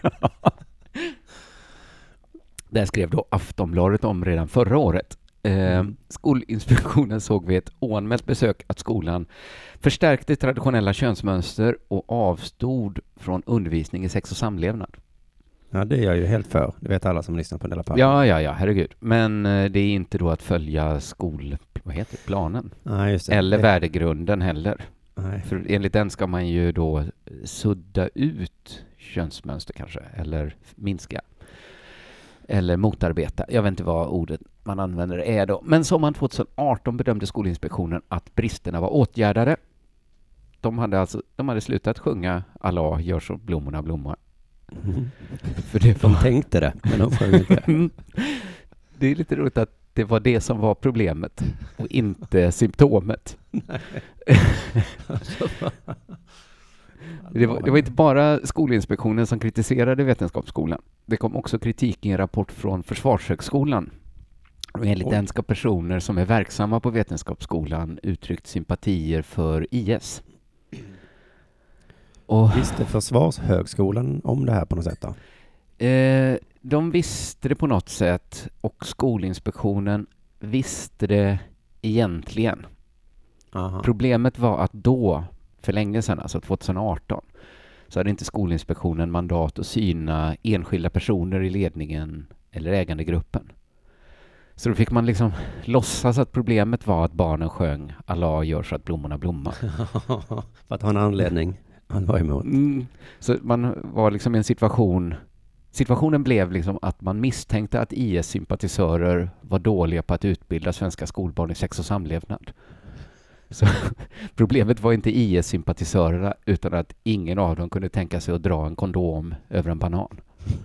Det skrev då Aftonbladet om redan förra året. Eh, Skolinspektionen såg vid ett oanmält besök att skolan förstärkte traditionella könsmönster och avstod från undervisning i sex och samlevnad.
Ja, det är jag ju helt för. Det vet alla som lyssnar på Della Pappa.
Ja, ja, ja, herregud. Men eh, det är inte då att följa skol... Vad heter det? Planen.
Nej, just det.
Eller
det...
värdegrunden heller.
Nej.
För enligt den ska man ju då sudda ut könsmönster kanske. Eller minska. Eller motarbeta. Jag vet inte vad ordet man använder är då. Men sommaren tjugoarton bedömde Skolinspektionen att bristerna var åtgärdade. De hade alltså de hade slutat sjunga Allah gör så blommorna blommar.
Mm.
För det var...
De tänkte det, men de sjöng inte.
Det är lite roligt att det var det som var problemet och inte symptomet. det, var, det var inte bara Skolinspektionen som kritiserade Vetenskapsskolan. Det kom också kritik i en rapport från Försvarshögskolan. Och enligt den ska personer som är verksamma på Vetenskapsskolan uttryckt sympatier för I S. Och,
visste Försvarshögskolan om det här på något sätt då?
Eh, de visste det på något sätt och Skolinspektionen visste det egentligen.
Aha.
Problemet var att då för länge sedan, alltså tjugoarton, så hade inte Skolinspektionen mandat att syna enskilda personer i ledningen eller ägandegruppen. Så då fick man liksom låtsas att problemet var att barnen sjöng Allah gör så att blommorna blommar.
För att ha en anledning. Han var emot.
Mm. Så man var liksom i en situation... Situationen blev liksom att man misstänkte att I S-sympatisörer var dåliga på att utbilda svenska skolbarn i sex och samlevnad. Så problemet var inte I S-sympatisörerna utan att ingen av dem kunde tänka sig att dra en kondom över en banan.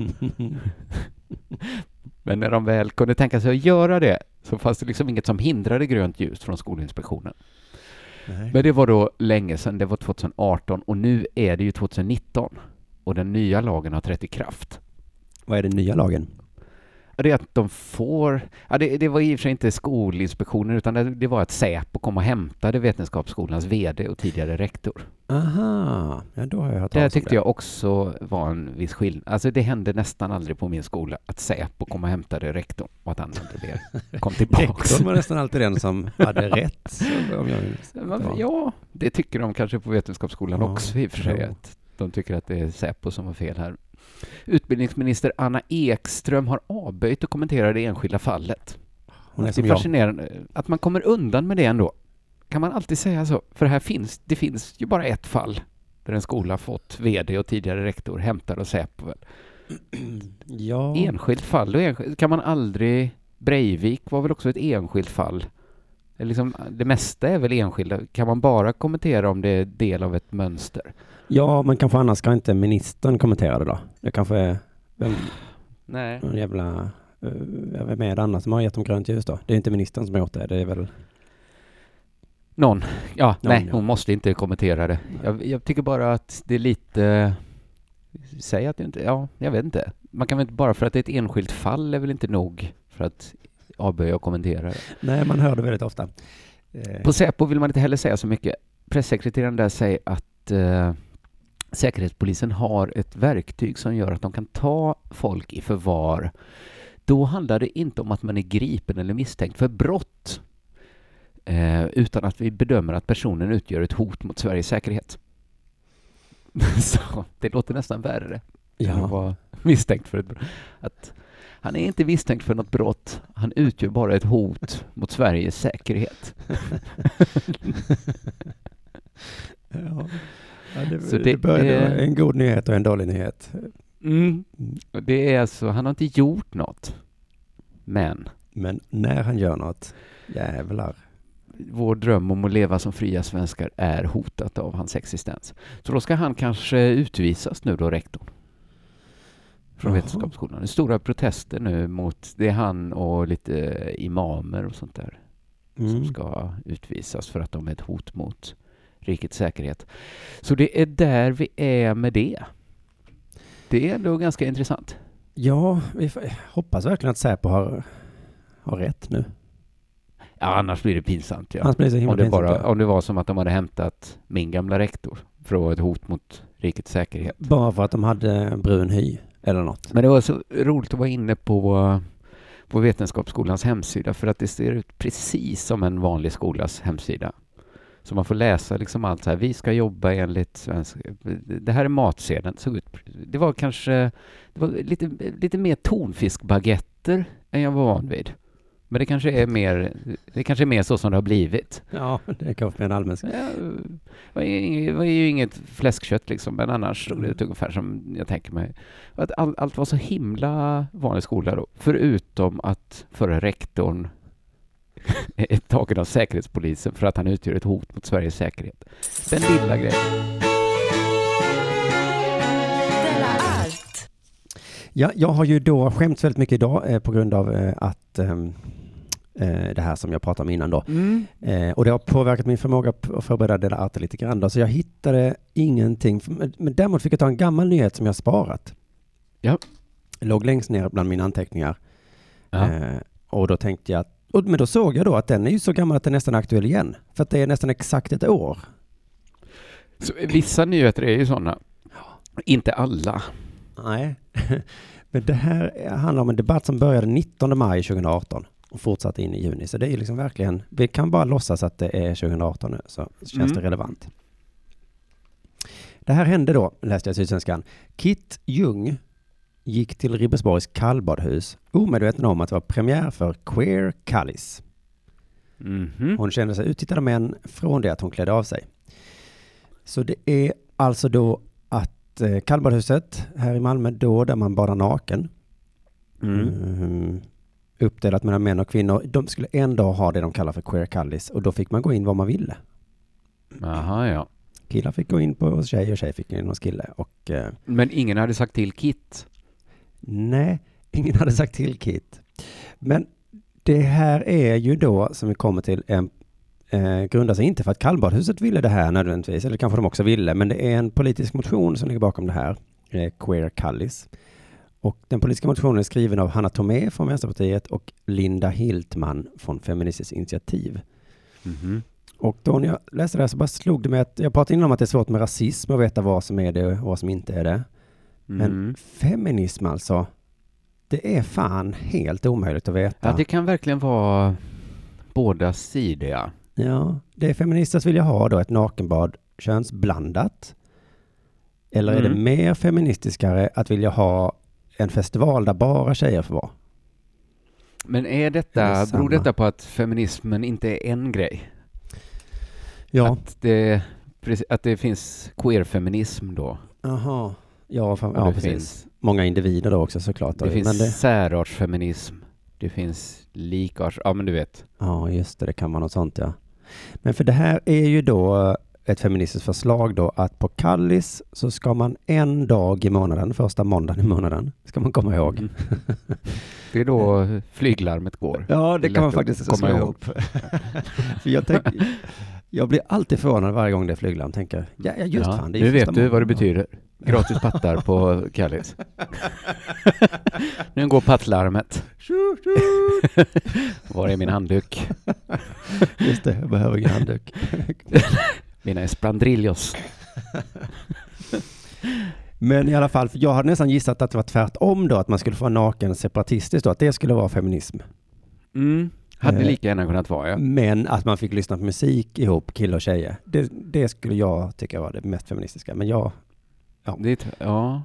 Men när de väl kunde tänka sig att göra det så fanns det liksom inget som hindrade grönt ljus från Skolinspektionen. Nej. Men det var då länge sedan, det var tjugoarton och nu är det ju tjugonitton och den nya lagen har trätt i kraft.
Vad är den nya lagen?
Det är att de får, ja, det, det var i och för sig inte Skolinspektionen utan det, det var att Säpo kom och hämtade Vetenskapsskolans vd och tidigare rektor.
Aha, ja då har jag hört.
Det tyckte det. Jag också var en viss skillnad. Alltså det hände nästan aldrig på min skola att Säpo kom och hämtade rektorn och att han inte kom tillbaka.
Rektorn var nästan alltid den som hade rätt. Så om jag
ja. ja, det tycker de kanske på Vetenskapsskolan ja, också i och för sig. Att de tycker att det är Säpo som var fel här. Utbildningsminister Anna Ekström har avböjt att kommentera det enskilda fallet. Hon är det är fascinerande jag. Att man kommer undan med det ändå. Kan man alltid säga så? För här finns, det finns ju bara ett fall där en skola fått vd och tidigare rektor hämtar och Säpo väl.
Ja.
Enskilt fall. Och enskilt, kan man aldrig... Breivik var väl också ett enskilt fall. Liksom, det mesta är väl enskilda. Kan man bara kommentera om det är del av ett mönster?
Ja, men kanske annars ska inte ministern kommentera det då. Det kanske är vem,
nej.
En jävla... Uh, vem är det annars som har gett dem grönt ljus då? Det är inte ministern som har gjort det. Det är väl...
Någon. Ja, Någon, nej,
ja.
Hon måste inte kommentera det. Jag, jag tycker bara att det är lite... Säg att det inte... Ja, jag vet inte. Man kan väl inte bara för att det är ett enskilt fall är väl inte nog för att avböja och kommentera det.
Nej, man hör det väldigt ofta.
Eh. På Säpo vill man inte heller säga så mycket. Pressekreteraren där säger att eh, Säkerhetspolisen har ett verktyg som gör att de kan ta folk i förvar. Då handlar det inte om att man är gripen eller misstänkt för brott. Eh, utan att vi bedömer att personen utgör ett hot mot Sveriges säkerhet. Så det låter nästan värre.
Ja.
Att vara misstänkt för ett brott. Att han är inte misstänkt för något brott. Han utgör bara ett hot mot Sveriges säkerhet.
Ja. Ja, det,
Så det,
det började
är
en god nyhet och en dålig nyhet.
Mm. Det är alltså, han har inte gjort något. Men.
Men när han gör något, jävlar.
Vår dröm om att leva som fria svenskar är hotat av hans existens. Så då ska han kanske utvisas nu då, rektorn. Från Vetenskapsskolan. Det är stora protester nu mot det är han och lite imamer och sånt där. Mm. Som ska utvisas för att de är ett hot mot rikets säkerhet. Så det är där vi är med det. Det är ändå ganska intressant.
Ja, vi hoppas verkligen att Säpo har, har rätt nu.
Ja, annars blir det pinsamt. Ja.
Annars blir det så himla
om, det
pinsamt,
bara,
ja.
om det var som att de hade hämtat min gamla rektor för att vara ett hot mot rikets säkerhet.
Bara för att de hade brun hy eller något.
Men det var så roligt att vara inne på, på Vetenskapsskolans hemsida för att det ser ut precis som en vanlig skolas hemsida. Så man får läsa liksom allt så här. Vi ska jobba enligt svensk... Det här är matsedeln. Så det var kanske det var lite, lite mer tonfiskbaguetter än jag var van vid. Men det kanske är mer, det kanske är mer så som det har blivit.
Ja, det är kanske en allmän...
Ja, det var ju inget fläskkött liksom, men annars såg det ut ungefär som jag tänker mig. Att all, allt var så himla vanlig skola då. Förutom att förra rektorn är tagen av Säkerhetspolisen för att han utgör ett hot mot Sveriges säkerhet. Den lilla grejen.
Ja, jag har ju då skämts väldigt mycket idag eh, på grund av eh, att eh, det här som jag pratade om innan då. Mm. Eh, och det har påverkat min förmåga att förbereda Della Arte lite grann då. Så jag hittade ingenting. Men däremot fick jag ta en gammal nyhet som jag sparat.
Ja.
Låg längst ner bland mina anteckningar.
Ja.
Eh, och då tänkte jag, och, men då såg jag då att den är ju så gammal att den nästan är aktuell igen. För att det är nästan exakt ett år.
Så vissa nyheter är ju sådana. Inte alla.
Nej, men det här handlar om en debatt som började nittonde maj tjugoarton och fortsatte in i juni. Så det är liksom verkligen, vi kan bara låtsas att det är tjugoarton nu, så känns mm. det relevant. Det här hände då, läste jag i Sydsvenskan. Kit Ljung gick till Ribersborgs kallbadhus omedveten om att det var premiär för Queer Kallis.
Mm-hmm.
Hon kände sig uttittad av män från det att hon klädde av sig. Så det är alltså då att eh, kallbadhuset här i Malmö, då där man badar naken,
Mm.
mm, uppdelat mellan män och kvinnor, de skulle en dag ha det de kallar för Queer Kallis, och då fick man gå in vad man ville.
Aha, ja.
Killar fick gå in på hos tjej och tjej fick gå in hos kille. Och, eh,
Men ingen hade sagt till Kit.
nej, ingen hade sagt till Kit. Men det här är ju då, som vi kommer till, en eh, grundar sig inte för att kallbadhuset ville det här nödvändigtvis, eller kanske de också ville, men det är en politisk motion som ligger bakom det här, eh, Queer Kallis. Och den politiska motionen är skriven av Hanna Tomé från Vänsterpartiet och Linda Hiltman från Feministiskt initiativ.
Mm-hmm.
Och då när jag läste det här så bara slog det mig att jag pratade innan om att det är svårt med rasism och veta vad som är det och vad som inte är det. Men
Mm.
feminism alltså, det är fan helt omöjligt att veta.
Ja, det kan verkligen vara båda sidor, ja.
Ja, det är feminister vill jag ha då ett nakenbad könsblandat. Eller är
Mm.
det mer feministiskare att vilja ha en festival där bara tjejer får vara?
Men är
Det är
detta,
samma.
beror detta på att feminismen inte är en grej?
Ja,
Att det, precis- att det finns queer-feminism då?
aha. Ja, fan,
Och
ja
det
precis.
finns-
Många individer då också såklart.
Det
Men
finns
det,
särartsfeminism. Det finns likarts... Ja, men du vet.
ja, just det, det kan vara något sånt, ja. Men för det här är ju då ett feministiskt förslag då att på Kallis så ska man en dag i månaden, första måndagen i månaden, ska man komma ihåg.
Mm. Det är då flyglarmet går.
Ja, det
Det är
kan man
lätt att
faktiskt
komma
slå
ihåg.
ihop. För jag, tänk, jag blir alltid förvånad varje gång det är flyglarm. Tänker, ja, ja just
Ja,
fan. Det är
nu
första
vet du vad det
måndagen.
betyder. Gratis pattar på Kallis. Nu går pattlarmet. Var är min handduk?
Just det, jag behöver ingen handduk.
Mina esprandrillos.
Men i alla fall, för jag hade nästan gissat att det var tvärtom då, att man skulle få en naken separatistisk då, att det skulle vara feminism.
Mm. Hade
Eh,
lika gärna kunnat vara, ja.
Men att man fick lyssna på musik ihop, kille och tjejer. Det, det skulle jag tycka var det mest feministiska. Men jag,
Det är, ett- ja.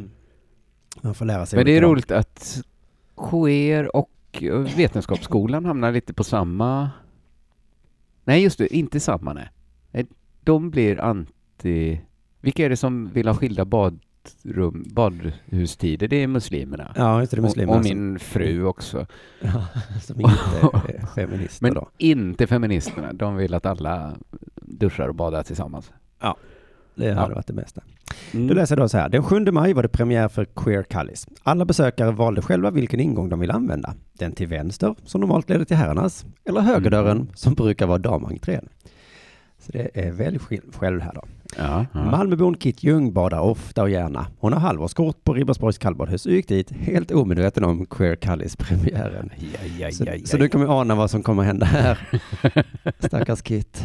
man får lära sig.
Men det är
olika
roligt att queer och Vetenskapsskolan hamnar lite på samma... Nej, just det, inte samma, nej. Nej, de blir anti... Vilka är det som vill ha skilda badrum, badhustider? Det är muslimerna.
Ja, just det, det är
och,
muslimerna
och
som-
min fru också.
Ja, som inte är feminister
Men
då.
inte feministerna. De vill att alla duschar och badar tillsammans.
Det hade
Ja.
varit det bästa.
Mm.
Då läser jag då så här. Den sjunde maj var det premiär för Queer Kallis. Alla besökare valde själva vilken ingång de vill använda. Den till vänster, som normalt leder till herrarnas, eller högerdörren,
Mm.
som brukar vara damentrén. Så det är välj själv- själv här då.
Ja, ja.
Malmöbon Kit Ljung badar ofta och gärna. Hon har halvårskort på Ribersborgs kallbadhus och gick dit helt omedveten om Queer Kallis-premiären.
Aj, aj, aj,
Så,
aj,
så
aj.
du kommer ana vad som kommer hända här. Stackars Kit.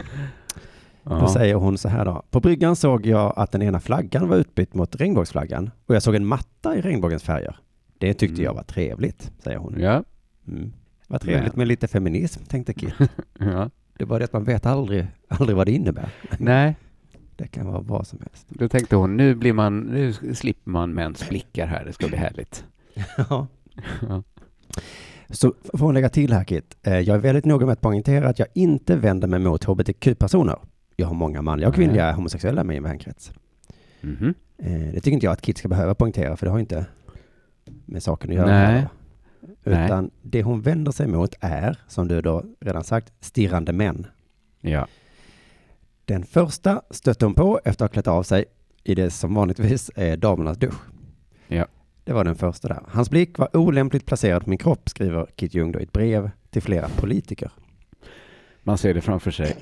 Då
Ja.
säger hon så här då. På bryggan såg jag att den ena flaggan var utbytt mot regnbågsflaggan och jag såg en matta i regnbågens färger. Det tyckte
Mm.
jag var trevligt, säger hon.
Ja.
Mm. Vad trevligt
Men-
med lite feminism, tänkte Kit.
Ja.
Det är bara det att man vet aldrig, aldrig vad det innebär.
Nej,
Det kan vara vad som helst.
då tänkte hon, nu blir man, nu slipper man mäns blickar här, det ska bli härligt.
Ja.
Ja.
Så får hon lägga till här, Kit. Eh, Jag är väldigt noga med att poängtera att jag inte vänder mig mot H B T Q-personer. Jag har många manliga och kvinnliga homosexuella med i min vänkrets.
Mhm.
Eh, Det tycker inte jag att Kit ska behöva poängtera, för det har inte med saken att göra.
Nej.
här då. Utan det hon vänder sig mot är, som du då redan sagt, stirrande män.
Ja.
Den första stötte hon på efter att ha klätt av sig i det som vanligtvis är damernas dusch.
Ja.
Det var den första där. Hans blick var olämpligt placerad på min kropp, skriver Kit Ljung då i ett brev till flera politiker.
Man ser det framför sig.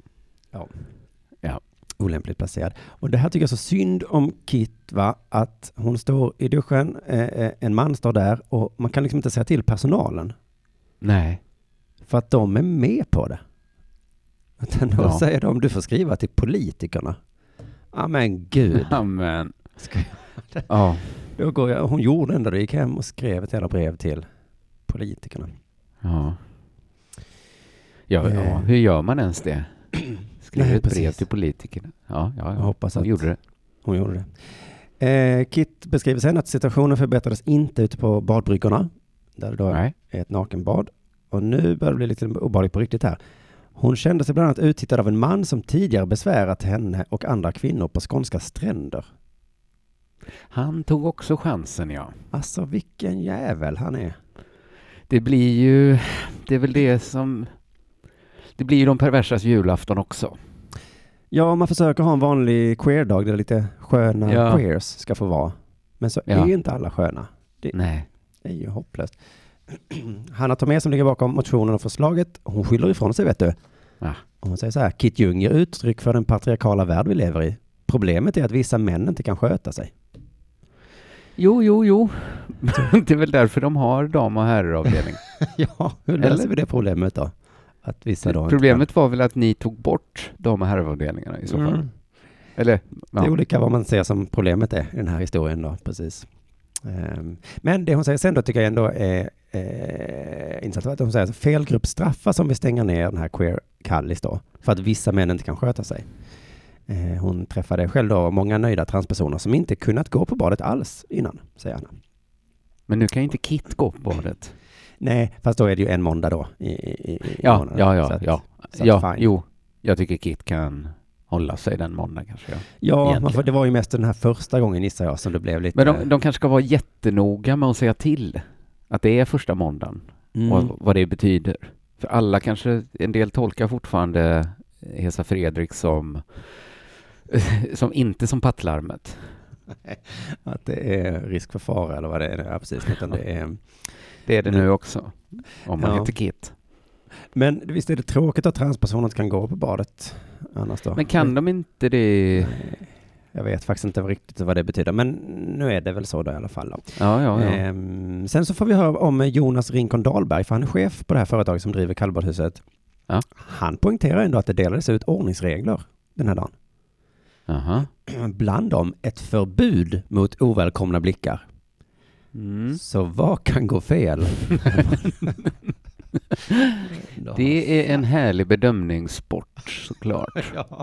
Olämpligt placerad. Och det här tycker jag är så synd om Kit, va? Att hon står i duschen, eh, en man står där och man kan liksom inte säga till personalen.
Nej.
För att de är med på det. Utan då
Ja.
säger de, du får skriva till politikerna. Ja men gud.
Amen.
Ska jag-
Ja.
Då går jag, hon gjorde ändå det, gick hem och skrev ett jävla brev till politikerna.
Ja. Ja,
Eh.
ja. Hur gör man ens det? Skriver
Nej,
ett brev
precis.
till politikerna. Ja, ja,
Jag
ja.
hoppas
hon
att
gjorde det.
hon gjorde det. Eh, Kit beskriver sen att situationen förbättrades inte ute på badbryggorna. Där det då
Nej.
är ett nakenbad. Och nu börjar det bli lite obehagligt på riktigt här. Hon kände sig bland annat uttittad av en man som tidigare besvärat henne och andra kvinnor på skånska stränder.
Han tog också chansen, ja.
Alltså vilken jävel han är.
Det blir ju, det är väl det som, det blir ju de perversas julafton också.
Ja, man försöker ha en vanlig queer-dag där lite sköna
Ja.
queers ska få vara. Men så
Ja.
är inte alla sköna. Det
Nej.
är ju hopplöst. Hanna Tomé som ligger bakom motionen och förslaget, hon skyller ifrån sig, vet du.
Ja.
Och hon säger så här: Kit Jung ger uttryck för den patriarkala värld vi lever i. Problemet är att vissa män inte kan sköta sig.
Jo, jo, jo. Det är väl därför de har dam- och herravdelning.
Ja, hur löser
Eller?
vi det problemet då? Att vissa då
Problemet var väl att ni tog bort dam- och herravdelningarna i så fall.
Mm.
Eller,
Det är
ja.
olika vad man ser som problemet är i den här historien då, precis. Um, men det hon säger sen då tycker jag ändå är eh, intressant, att hon säger att fel grupp straffas om vi stänger ner den här queer Kallis då, för att vissa män inte kan sköta sig. Eh, hon träffade själv då många nöjda transpersoner som inte kunnat gå på badet alls innan, säger Anna.
Men nu kan ju inte Kit gå på badet.
Nej, fast då är det ju en måndag då i, i, i
Ja,
månaden.
ja, ja,
Så att-
ja.
så att
Ja,
fine.
jo. Jag tycker Kit kan hålla sig den måndagen kanske. Ja.
Ja,
Egentligen.
man får, det var ju mest den här första gången gissar jag som det blev lite...
Men de, de kanske ska vara jättenoga med att säga till att det är första måndagen
Mm.
och vad det betyder. För alla kanske, en del tolkar fortfarande Hesa Fredrik som som inte som pattlarmet.
Att det är risk för fara eller vad det är. Ja, precis. Utan det är...
Det är det nu också, om man
Ja.
heter Kit.
Men visst är det tråkigt att transpersoner inte kan gå på badet annars då?
Men kan de inte det?
Jag vet faktiskt inte riktigt vad det betyder, men nu är det väl så då i alla fall. Då.
Ja, ja, ja.
Ehm, sen så får vi höra om Jonas Rincon Dahlberg, för han är chef på det här företaget som driver kallbadhuset.
Ja.
Han poängterar ändå att det delades ut ordningsregler den här dagen.
Aha.
Bland dem ett förbud mot ovälkomna blickar.
Mm.
Så vad kan gå fel?
Det är en härlig bedömningssport, såklart.
Ja.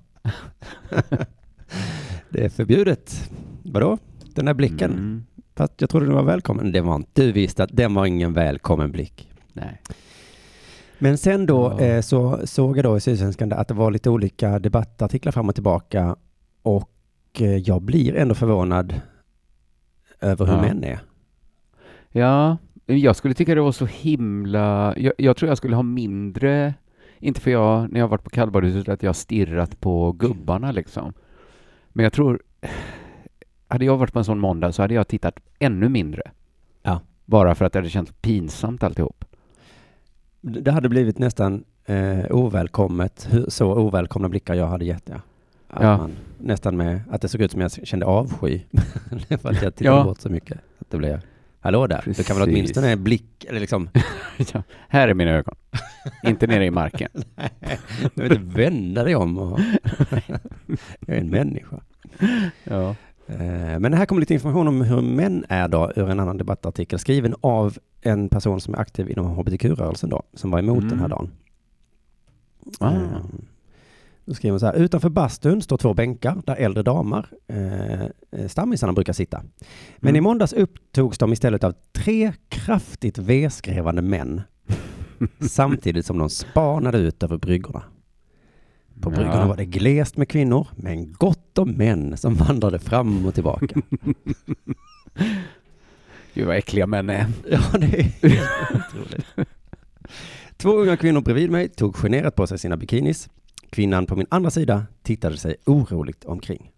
Det är förbjudet. Vadå? Den där blicken.
Mm.
Fast jag trodde den var välkommen. Det var inte. Du visste att den var ingen välkommen blick.
Nej.
Men sen då
Ja.
eh, så såg jag då i Sydsvenskan att det var lite olika debattartiklar fram och tillbaka. Och eh, jag blir ändå förvånad över hur
Ja.
män är.
Ja, jag skulle tycka det var så himla... Jag, jag tror jag skulle ha mindre... Inte för jag, när jag har varit på kallbadhuset, att jag har stirrat på gubbarna liksom. Men jag tror... Hade jag varit på en sån måndag så hade jag tittat ännu mindre.
Ja.
Bara för att det hade känts pinsamt alltihop.
Det hade blivit nästan eh, ovälkommet. Hur, så ovälkomna blickar jag hade gett. Ja. Att
Ja.
Man, nästan med att det såg ut som jag kände avsky. För att jag tittade
Ja.
bort så mycket. Att det blev... Hallå där, du kan väl
Precis.
åtminstone en blick, eller liksom...
Ja, här är mina ögon. Inte nere i marken.
Du vet inte vända dig om. Och jag är en människa.
Ja.
Eh, Men det här kommer lite information om hur män är då ur en annan debattartikel skriven av en person som är aktiv inom H B T Q-rörelsen då, som var emot
Mm.
den här dagen.
Ah.
Eh, Då skriver man så här: utanför bastun står två bänkar där äldre damer, eh, stammisarna, brukar sitta. Men
Mm.
i måndags upptogs de istället av tre kraftigt veskrevande män samtidigt som de spanade ut över bryggorna. På bryggorna
Ja.
var det glest med kvinnor, men gott om män som vandrade fram och tillbaka.
Gud vad äckliga män är.
Ja, det är helt otroligt. Två unga kvinnor bredvid mig tog generat på sig sina bikinis. Kvinnan på min andra sida tittade sig oroligt omkring.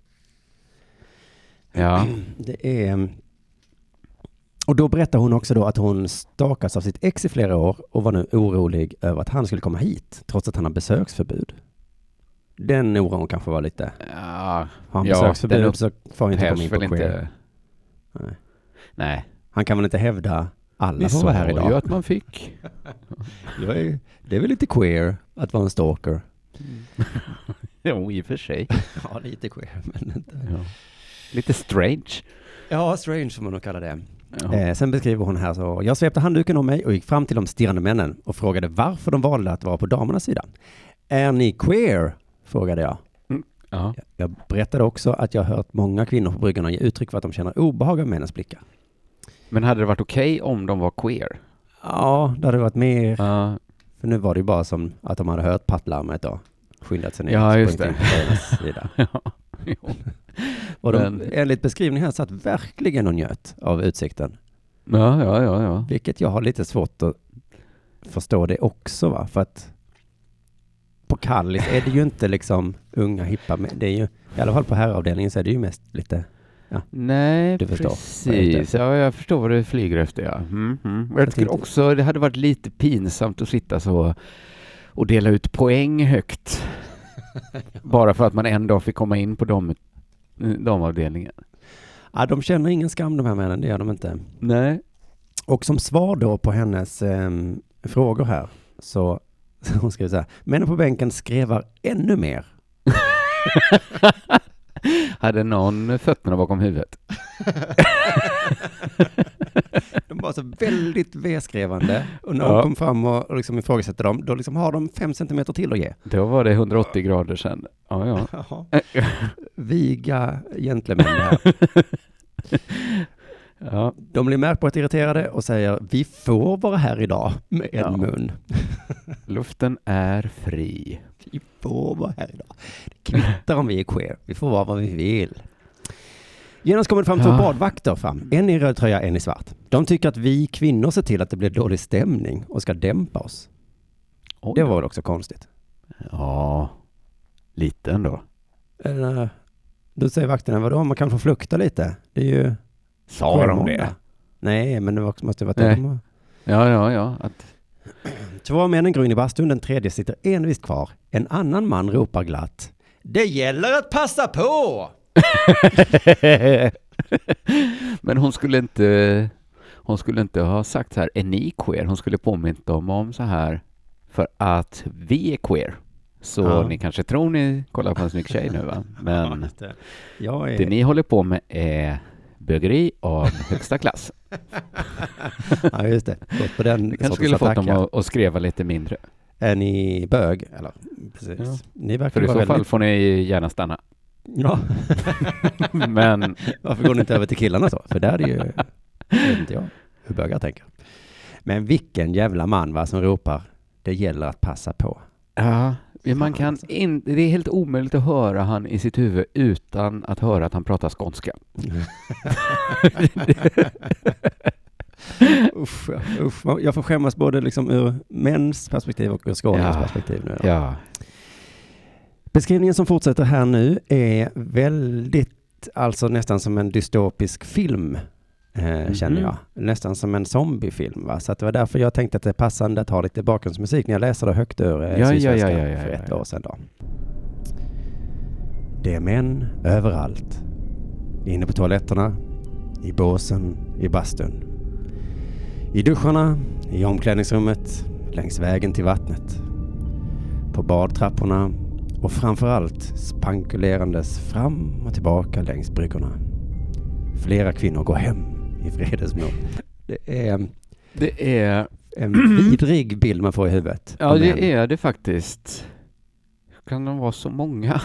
Ja.
Det är... Och då berättar hon också då att hon stakats av sitt ex i flera år och var nu orolig över att han skulle komma hit trots att han har besöksförbud. Den oron kanske var lite...
Ja.
Har han
Ja,
besöksförbud
den
så får han inte komma
Hävs
in på
väl
queer.
inte.
Nej.
Nej.
Han kan väl inte hävda alla
Vi
får vara här
sa
idag.
ju att man fick.
Jag är, det är väl lite queer att vara en stalker.
Jo, i och för sig.
Ja, lite queer, men inte...
Ja. Lite strange.
Ja, strange som man nog kallar det.
Ja.
Eh, sen beskriver hon här så: jag svepte handduken om mig och gick fram till de stirrande männen och frågade varför de valde att vara på damernas sida. Är ni queer? frågade jag.
Mm. Ja.
Jag berättade också att jag har hört många kvinnor på bryggorna ge uttryck för att de känner obehag av männens blickar.
Men hade det varit okej okay om de var queer?
Ja, det hade varit mer.
Ja.
För nu var det ju bara som att de hade hört pattlarmet och skyndat sig ner.
Ja, just det.
ja.
Jo.
Och de,
Men...
enligt beskrivningen här satt verkligen och njöt av utsikten.
Ja, ja, ja, ja.
Vilket jag har lite svårt att förstå det också, va? För att på Kallis är det ju inte liksom unga hippa, men det är ju, i alla fall på herravdelningen så är det ju mest lite, ja.
Nej,
du förstår.
precis. Ja, jag förstår vad du flyger efter, ja. Mm, mm. Jag, jag tycker också det hade varit lite pinsamt att sitta så och dela ut poäng högt. Bara för att man en dag fick komma in på dam, damavdelningen.
Ja, de känner ingen skam, de här männen, det gör de inte.
Nej. Och
som svar då på hennes eh, frågor här så, så hon skrev så här: männen på bänken skrevar ännu mer.
Hade någon fötterna bakom huvudet?
De var så väldigt V-skrivande och när de ja. kom fram och, och liksom ifrågasätter dem, då liksom har de fem centimeter till att ge.
Då var det hundraåttio grader sedan. Ja, ja.
Viga gentlemän här. Ja. De blir märkbart irriterade och säger: vi får vara här idag med en ja. mun.
Luften är fri.
Vi får vara här idag. Det kvittar om vi är queer. Vi får vara vad vi vill. Genast kommer det fram två ja. badvakter fram. En i röd tröja, en i svart. De tycker att vi kvinnor ser till att det blir dålig stämning och ska dämpa oss. Oj. Det var väl också konstigt.
Ja, lite ändå.
Eller, då säger vakterna: vadå, man kan få flukta lite. Det är ju...
Sa de det?
Nej, men det var, måste vara de.
Ja, ja, ja. Att...
Två männen går in i bastun, den tredje sitter envist kvar. En annan man ropar glatt: det gäller att passa på!
Men hon skulle inte hon skulle inte ha sagt så här: är ni queer? Hon skulle påminna dem om så här: för att vi är queer. Så ja. Ni kanske tror ni kollar på en snygg tjej nu, va? Men
jag är...
det ni håller på med är bögeri av högsta klass.
Ja, just det. Gått på den.
Det kanske skulle fått dem att, att skriva lite mindre.
Är ni bög? Eller, precis. Ja. Ni verkar
för i så
väldigt...
fall får ni gärna stanna.
Ja.
Men...
varför går ni inte över till killarna då? För där är det ju... vet inte jag hur bögar tänker. Men vilken jävla man, va, som ropar: det gäller att passa på.
Ja, man kan in, det är helt omöjligt att höra han i sitt huvud utan att höra att han pratar skånska.
usch, usch, jag får skämmas både liksom ur mäns perspektiv och ur skånens ja. perspektiv nu. Då.
Ja.
Beskrivningen som fortsätter här nu är väldigt, alltså nästan som en dystopisk film. Eh, mm-hmm. Känner jag. Nästan som en zombiefilm, va? Så att det var därför jag tänkte att det är passande att ha lite bakgrundsmusik när jag läser det högt ur eh,
ja, ja, ja, ja, ja,
för ett
ja, ja.
år sedan då. Det är män överallt. Inne på toaletterna, i båsen, i bastun. I duscharna, i omklädningsrummet, längs vägen till vattnet. På badtrapporna och framförallt spankulerandes fram och tillbaka längs bryggorna. Flera kvinnor går hem i vredesmål. Det är,
det är
en vidrig bild man får i huvudet.
Ja, det män. Är det faktiskt. Kan de vara så många?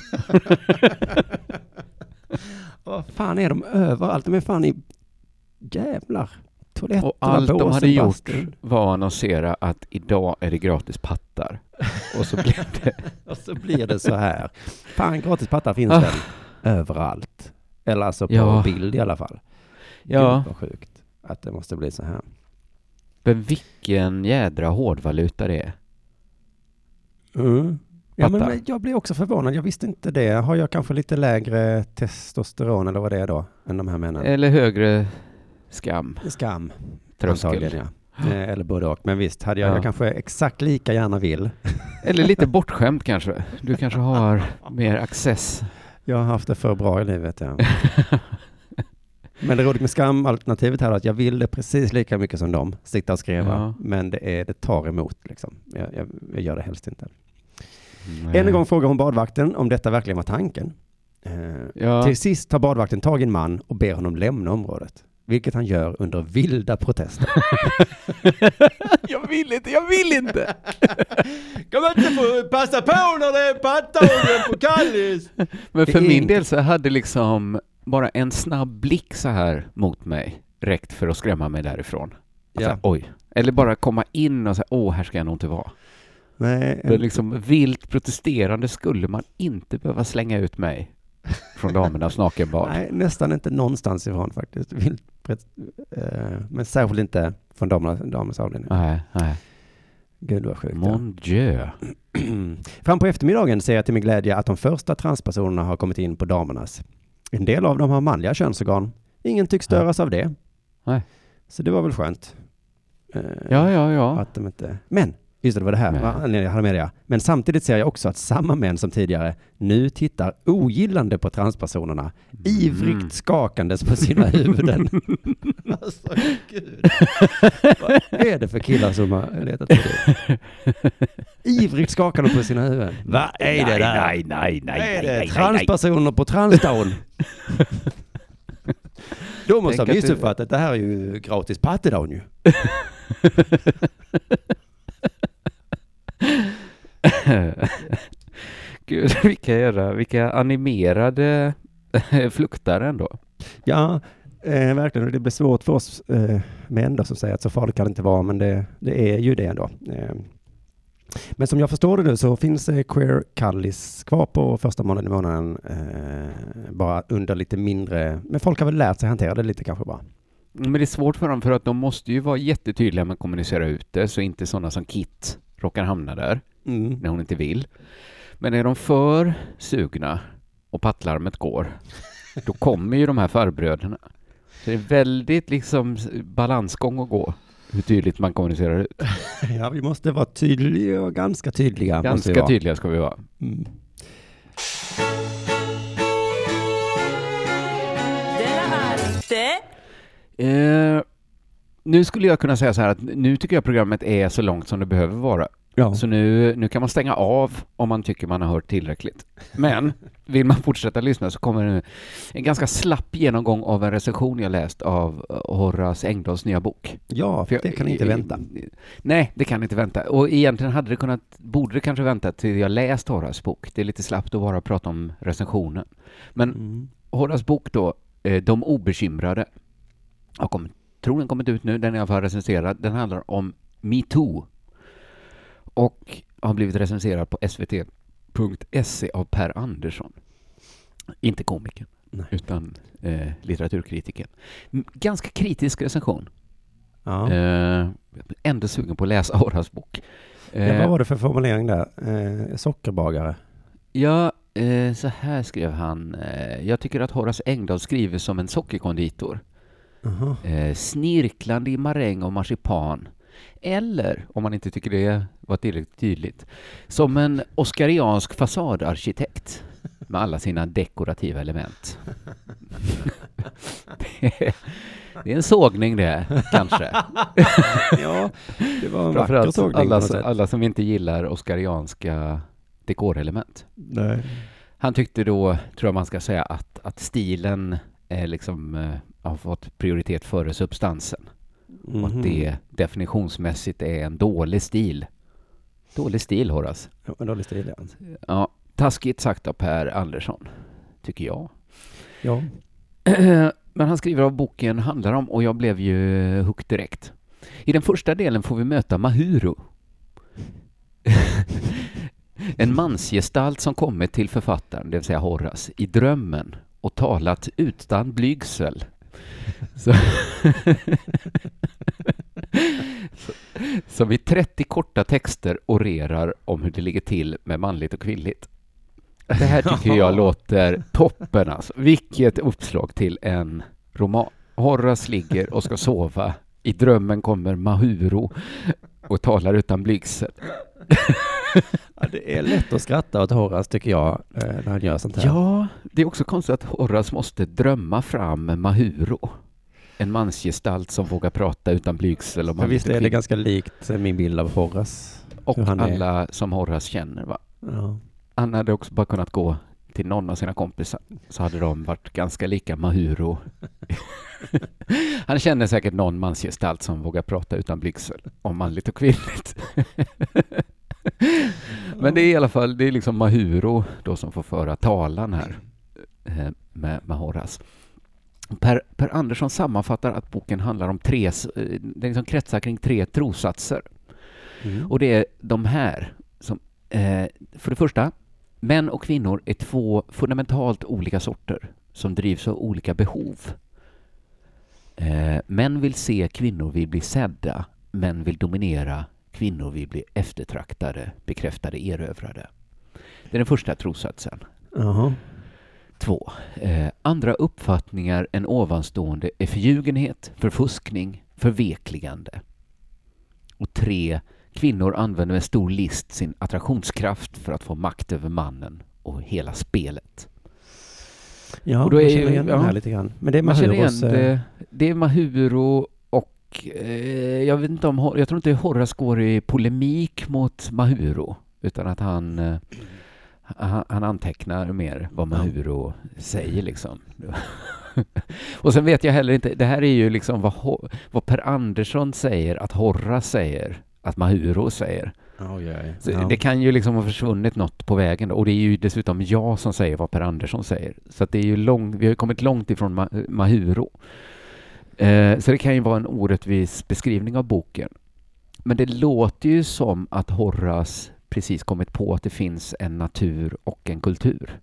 Vad fan är de överallt? De är fan i jävlar. Toaletter,
och allt
båsen,
de hade gjort
bastun.
Var att annonsera att idag är det gratis pattar. Och så blir det
och så blir det så här. Fan, gratis pattar finns väl överallt. Eller alltså på ja. bild i alla fall.
Ja.
Gud vad sjukt att det måste bli så här.
Men vilken jädra hårdvaluta det är.
Mm. Ja, men jag blir också förvånad. Jag visste inte det. Har jag kanske lite lägre testosteron eller vad det är då än de här männen?
Eller högre skam.
Skam.
Tröskel.
Ja. Eller både och. Men visst, hade jag, ja. jag kanske exakt lika gärna vill.
Eller lite bortskämt kanske. Du kanske har mer access.
Jag har haft det för bra i livet, ja. Men det roligt med skam-alternativet här är att jag vill det precis lika mycket som dem. Sitta och skriva. Ja. Men det, är, det tar emot liksom. Jag, jag, jag gör det helst inte. Nej. En gång frågar hon badvakten om detta verkligen var tanken. Eh, ja. Till sist tar badvakten tag i en man och ber honom lämna området. vilket han gör under vilda protester.
Jag vill inte, jag vill inte!
Kan man inte få passa på när det är pattdagen på Kallis?
Men för min del så hade liksom bara en snabb blick så här mot mig räckt för att skrämma mig därifrån. Alltså,
Ja.
oj. Eller bara komma in och säga, åh, här ska jag nog inte vara.
Nej,
För liksom vilt protesterande skulle man inte behöva slänga ut mig från damernas nakenbad.
nej, nästan inte någonstans ifrån faktiskt. Vilt, eh, men särskilt inte från damernas, damernas avdelning.
Nej, nej.
Gud vad sjukt.
Mon Dieu.
Fram på eftermiddagen ser jag till min glädje att de första transpersonerna har kommit in på damernas. En del av dem har manliga könsorgan. Ingen tycks störas av det.
Nej.
Så det var väl skönt. Eh,
Ja, ja, ja.
Att de inte... Men, just det, det var det här.
Men.
Va? Nej, jag hade med det, ja. Men samtidigt ser jag också att samma män som tidigare nu tittar ogillande på transpersonerna. Ivrigt
Mm.
skakandes på sina huvuden. Alltså, gud. Vad är det för killar som har letat efter det? Ivrigt skakande på sina huvuden. Vad är det där?
Nej, nej, nej,
Vad är
nej,
det?
nej,
Transpersoner på transdagen. Då måste
Tänk
ha
att
missuppfattat att det här är ju gratis pattedagen ju.
Gud, vilka era, vilka animerade fluktar ändå.
Ja, eh, verkligen. Det blir svårt för oss eh, män då, som säger att så farligt kan det inte vara, men det, det är ju det ändå. Eh, men som jag förstår det nu så finns eh, Queer Kallis kvar på första månaden i månaden, eh, bara under lite mindre, men folk har väl lärt sig hantera det lite kanske bara.
Men det är svårt för dem för att de måste ju vara jättetydliga med att kommunicera ut det så inte sådana som Kit råkar hamna där
Mm.
när hon inte vill. Men är de för sugna och pattlarmet går, då kommer ju de här farbröderna. Så det är väldigt liksom balansgång att gå hur tydligt man kommunicerar ut.
Ja, vi måste vara tydliga och ganska tydliga. måste vi
Ganska
vara.
tydliga ska vi vara.
Mm.
Det är det.
Eh, nu skulle jag kunna säga så här att nu tycker jag programmet är så långt som det behöver vara.
Ja.
Så nu, nu kan man stänga av om man tycker man har hört tillräckligt. Men vill man fortsätta lyssna så kommer nu en ganska slapp genomgång av en recension jag läst av Horace Engdahls nya bok.
Ja,
För jag-
det kan inte vänta.
Nej, det kan inte vänta. Och egentligen hade det kunnat, borde det kanske vänta till jag läst Horace bok. Det är lite slappt att bara prata om recensionen. Men
Mm.
Horace bok då, eh, De obekymrade, har kommit, tror den kommit ut nu, den är i alla fall recenserad. Den handlar om MeToo och har blivit recenserad på s v t punkt se av Per Andersson. Inte komikern,
Nej.
utan eh, litteraturkritiken. M- Ganska kritisk recension.
Ja.
Eh, ändå sugen på att läsa Horace bok. Eh,
Ja, vad var det för formulering där? Eh, sockerbagare.
Ja, eh, så här skrev han. Eh, jag tycker att Horace Engdahl skriver som en sockerkonditor.
Aha.
Eh, snirklande i maräng och marsipan. Eller, om man inte tycker det var tillräckligt tydligt, som en oskariansk fasadarkitekt med alla sina dekorativa element. det, är, det är en sågning det, kanske.
Ja, det var en vacker
Framförallt
sågning på
alla,
något sätt.
alla som inte gillar oskarianska dekorelement.
Nej.
Han tyckte då, tror jag man ska säga, att, att stilen är liksom, eh, har fått prioritet före substansen.
Mhm.
Och att det definitionsmässigt är en dålig stil. Dålig stil, Horace.
Ja, en dålig stil, ja.
Ja, taskigt sagt av Per Andersson, tycker jag.
Ja.
Men han skriver av boken handlar om, och jag blev ju hooked direkt. I den första delen får vi möta Mahuru. En mansgestalt som kommit till författaren, det vill säga Horace, i drömmen och talat utan blygsel. Så som i trettio korta texter orerar om hur det ligger till med manligt och kvinnligt. Det här tycker jag låter toppen alltså. Vilket uppslag till en roman. Horace ligger och ska sova. I drömmen kommer Mahuru och talar utan blygsel.
Ja, det är lätt att skratta åt Horace tycker jag när han gör sånt här.
Ja, det är också konstigt att Horace måste drömma fram Mahuru. En mansgestalt som vågar prata utan blygsel. Och
Men visst är det ganska likt min bild av Horace.
Och
hur han är.
alla som Horace känner, va?
Ja.
Han hade också bara kunnat gå till någon av sina kompisar så hade de varit ganska lika Mahuro. Han känner säkert någon mansgestalt som vågar prata utan blygsel om manligt och kvinnligt. Men det är i alla fall, det är liksom Mahuro då som får föra talan här med, med Horace. Per, Per Andersson sammanfattar att boken handlar om tre, det liksom kretsar kring tre trossatser. Mm. Och det är de här. Som, eh, för det första, män och kvinnor är två fundamentalt olika sorter som drivs av olika behov. Eh, män vill se, kvinnor vill bli sedda. Män vill dominera, kvinnor vill bli eftertraktade, bekräftade, erövrade. Det är den första trossatsen.
Uh-huh.
Två. Eh, andra uppfattningar än ovanstående är förljugenhet, förfuskning, förvekligande. Och tre. Kvinnor använder med stor list sin attraktionskraft för att få makt över mannen och hela spelet.
Ja,
och då
man
är
känner igen
ja,
den här lite grann. Men det är Mahuros...
Det, det är Mahuro och eh, jag vet inte om... Jag tror inte Horace går i polemik mot Mahuro utan att han... Eh, han, han antecknar mer vad Mahuro ja. säger liksom. Och sen vet jag heller inte... Det här är ju liksom vad, vad Per Andersson säger att Horace säger att Mahuro säger.
Oh, yeah, yeah.
Så
ja.
Det kan ju liksom ha försvunnit något på vägen då. Och det är ju dessutom jag som säger vad Per Andersson säger. Så att det är ju lång, vi har kommit långt ifrån Ma- Mahuro. Eh, så det kan ju vara en orättvis beskrivning av boken. Men det låter ju som att Horace precis kommit på att det finns en natur och en kultur.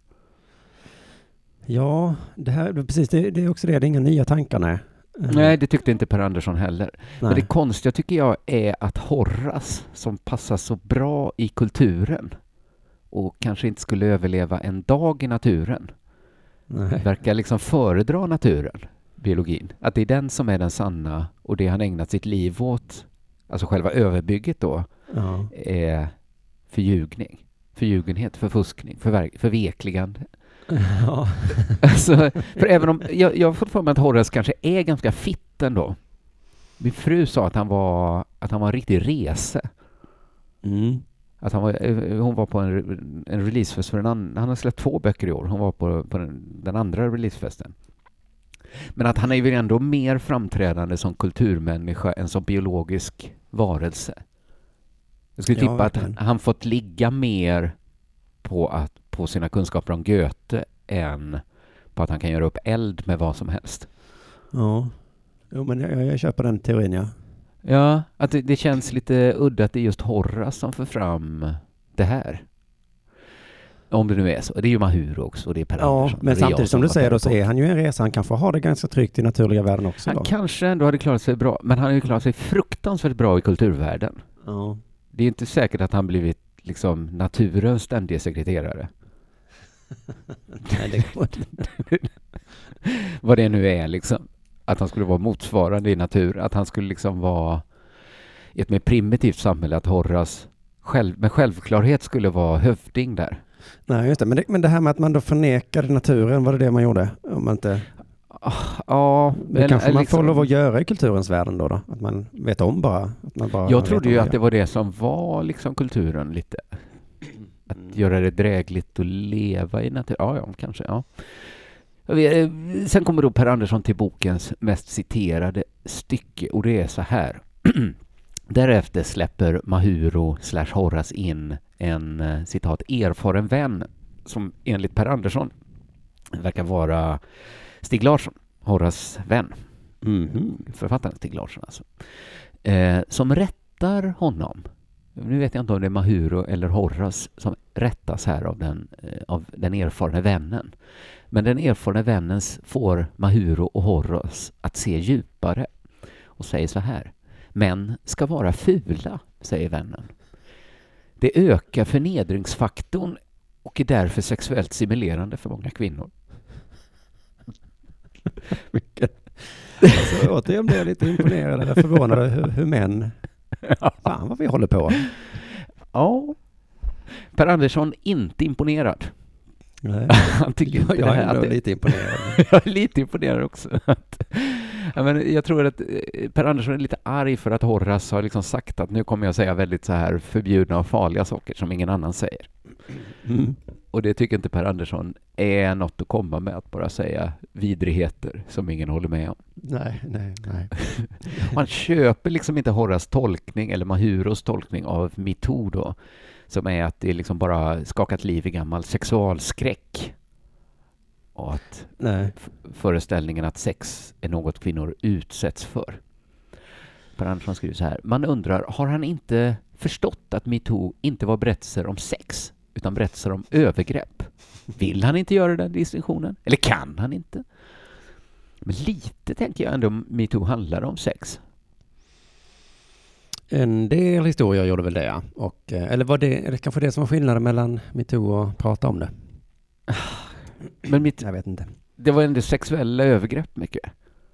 Ja, det här precis det, det är också det. Det är inga nya tankar, nej.
Nej, det tyckte inte Per Andersson heller.
Nej.
Men det konstiga tycker jag är att Horace, som passar så bra i kulturen och kanske inte skulle överleva en dag i naturen,
Nej.
verkar liksom föredra naturen, biologin. Att det är den som är den sanna och det han ägnat sitt liv åt, alltså själva överbygget då,
Ja.
är förljugning, förljugenhet, förfuskning, förver- förvekligande.
Ja.
Alltså, för även om jag, jag har fått för mig att Horace kanske är ganska fit ändå. Min fru sa att han var att han var en riktig rese.
Mm.
Att han var, hon var på en, en releasefest för en annan, han har släppt två böcker i år. Hon var på, på den, den andra releasefesten. Men att han är ju ändå mer framträdande som kulturmänniska än som biologisk varelse. Jag skulle tippa ja, att han, han fått ligga mer på att på sina kunskaper om Goethe än på att han kan göra upp eld med vad som helst.
Ja, jo, men jag, jag köper den teorin, ja.
Ja, att det, det känns lite udda att det är just Horace som för fram det här. Om det nu är så. Det är ju Mahuro också, och det är Per
Ja,
Andersson.
men samtidigt som du säger då så är han ju en resa. Han kan få ha det ganska tryggt i naturliga världen också.
Han
då.
kanske ändå hade klarat sig bra, men han har ju klarat sig fruktansvärt bra i kulturvärlden.
Ja.
Det är inte säkert att han blivit liksom naturens ständiga sekreterare.
Nej, det går inte.
Vad det nu är liksom. Att han skulle vara motsvarande i natur. Att han skulle liksom vara i ett mer primitivt samhälle. Att Horace själv, med självklarhet skulle vara hövding där.
Nej, just det. Men, det. men det här med att man då förnekade naturen, var det det man gjorde? Om man inte...
Ja,
det
men,
kanske man
liksom,
får lov att göra i kulturens världen då, då. Att man vet om bara. Att man bara
jag trodde ju att
det.
det var det som var liksom kulturen lite. Att mm. göra det drägligt att leva i natur. Ja, ja, kanske, ja. Sen kommer då Per Andersson till bokens mest citerade stycke, och det är så här. Därefter släpper Mahuro slash Horace in en citat erfaren vän som enligt Per Andersson verkar vara Stig Larsson, Horace vän. Mm-hmm. Författaren Stig Larsson alltså. Eh, som rättar honom. Nu vet jag inte om det är Mahuro eller Horace som rättas här av den, eh, av den erfarna vännen. Men den erfarna vännen får Mahuro och Horace att se djupare och säger så här. Män ska vara fula, säger vännen. Det ökar förnedringsfaktorn och är därför sexuellt stimulerande för många kvinnor.
Alltså, återigen blir jag lite imponerad eller förvånad hur, hur män... Fan vad vi håller på.
Ja. Per Andersson inte imponerad.
Nej.
Han tycker inte
jag
det här,
är ändå
det,
lite imponerad.
Jag är lite imponerad också. Ja, men jag tror att Per Andersson är lite arg för att Horace har liksom sagt att nu kommer jag säga väldigt så här förbjudna och farliga saker som ingen annan säger. Mm. Och det tycker inte Per Andersson är något att komma med, att bara säga vidrigheter som ingen håller med om.
Nej, nej, nej.
Man köper liksom inte Horras tolkning eller Mahuros tolkning av MeToo då, som är att det liksom bara skakat liv i gammal sexualskräck. Och att
nej.
f- föreställningen att sex är något kvinnor utsätts för. Per Andersson skriver så här: man undrar, har han inte förstått att MeToo inte var berättelser om sex utan berättelser om övergrepp? Vill han inte göra den distinktionen? Eller kan han inte? Men lite tänker jag ändå MeToo handlar om sex.
En del historier gjorde väl det, ja. Och, eller var det, är det kanske det som var skillnaden mellan MeToo och prata om det?
Men mitt,
jag vet inte.
Det var ändå sexuella övergrepp mycket.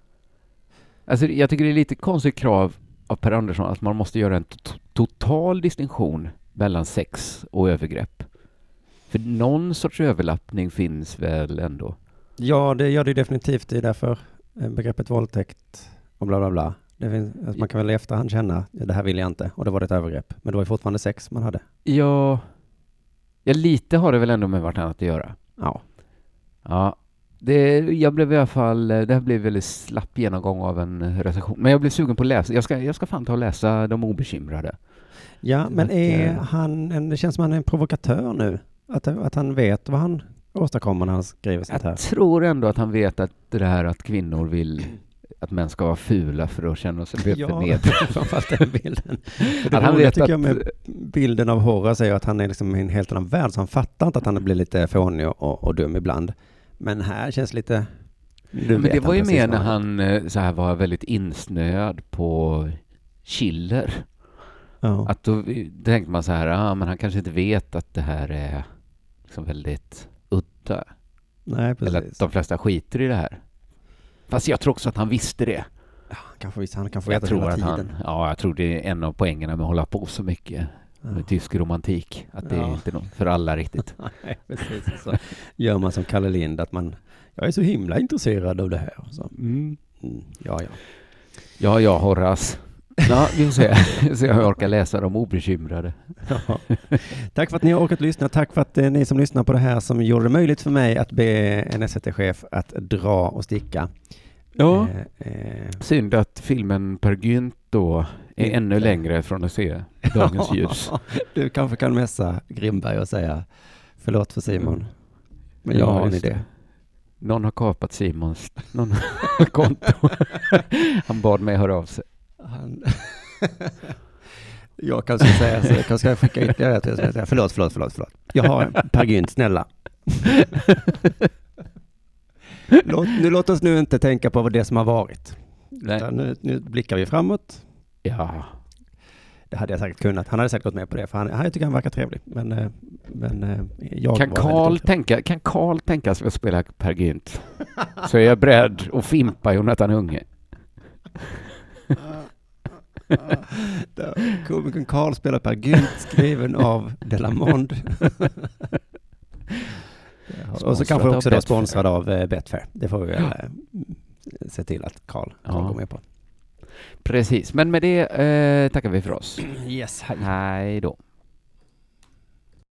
Alltså jag tycker det är lite konstigt krav av Per Andersson att man måste göra en to- total distinktion mellan sex och övergrepp. För någon sorts överlappning finns väl ändå.
Ja, det gör det definitivt. Det är därför begreppet våldtäkt och bla bla bla. Det finns, alltså man kan väl i efterhand känna, ja, det här vill jag inte. Och det var ett övergrepp. Men det var ju fortfarande sex man hade.
Ja, ja lite har det väl ändå med vartannat att göra.
Ja.
Ja, det, jag blev i alla fall, det här blev väldigt slapp genomgång av en recension. Men jag blev sugen på att läsa. Jag ska, jag ska fan ta och läsa De obekymrade.
Ja, men är
att,
han, en, det känns som han är en provokatör nu. Att, att han vet vad han åstadkommer när han skriver sånt här.
Jag tror ändå att han vet att det här att kvinnor vill att män ska vara fula för att känna sig förnedrande.
Ja, framförallt den bilden. För det
Att han
roliga
vet
tycker
att-
jag med bilden av Horace är ju att han är liksom i en helt annan värld, så han fattar inte att han blir lite fånig och, och dum ibland. Men här känns lite...
Men det var ju mer när han eh, så här var väldigt insnöad på Schiller.
Ja.
Att då tänkte man så här, ah, men han kanske inte vet att det här är liksom väldigt udda.
Nej,
Eller att
precis.
de flesta skiter i det här. Fast jag tror också att han visste det.
Ja, han kanske visste, han kan få
Jag
veta
tror
hela
att
tiden.
han, ja, jag tror det är en av poängerna med att hålla på så mycket med
Ja.
tysk romantik. Att det
Ja.
är inte något för alla riktigt.
Nej, precis. Så gör man som Kalle Lind, att man, jag är så himla intresserad av det här. Så,
Mm.
mm, ja, ja.
Ja, ja, Horace. Ja, vi får se. Så jag orkar läsa De obekymrade.
Ja. Tack för att ni har orkat lyssna. Tack för att eh, ni som lyssnar på det här som gjorde det möjligt för mig att be en S V T-chef att dra och sticka.
Ja.
Eh, eh,
Synd att filmen Per Gynt då är
Inte.
ännu längre från att se dagens ljus.
Du kanske kan mässa Grimberg och säga förlåt för Simon.
Mm.
Men jag
Ja,
har en
just
idé.
det. Någon har kapat Simons någon konto. Han bad mig höra av sig.
Han... jag kanske ska säga så. Jag kanske ska skicka ytterligare till att säga förlåt, förlåt, förlåt, förlåt. Jag har en Per Gynt, snälla. Låt, nu låt oss nu inte tänka på vad det som har varit.
Nej.
Utan Nu, nu blickar vi framåt.
Ja.
Det hade jag säkert kunnat. Han hade säkert gått med på det. För han, jag tycker han verkar trevlig. Men, eh, men eh, jag
Kan
var
Carl
väldigt
tänka, kan Carl tänka sig att spela Per Gynt? Så är jag beredd att fimpa Jonathan Unge.
Där, komikern Carl spelar Per Gynt, skriven av Delamond. Och så kanske
av
också då
Betfair.
sponsrad av eh, Betfair. Det får vi väl eh, se till att Carl
Ja.
går med på.
Precis, men med det eh, tackar vi för oss.
Yes,
Hej då.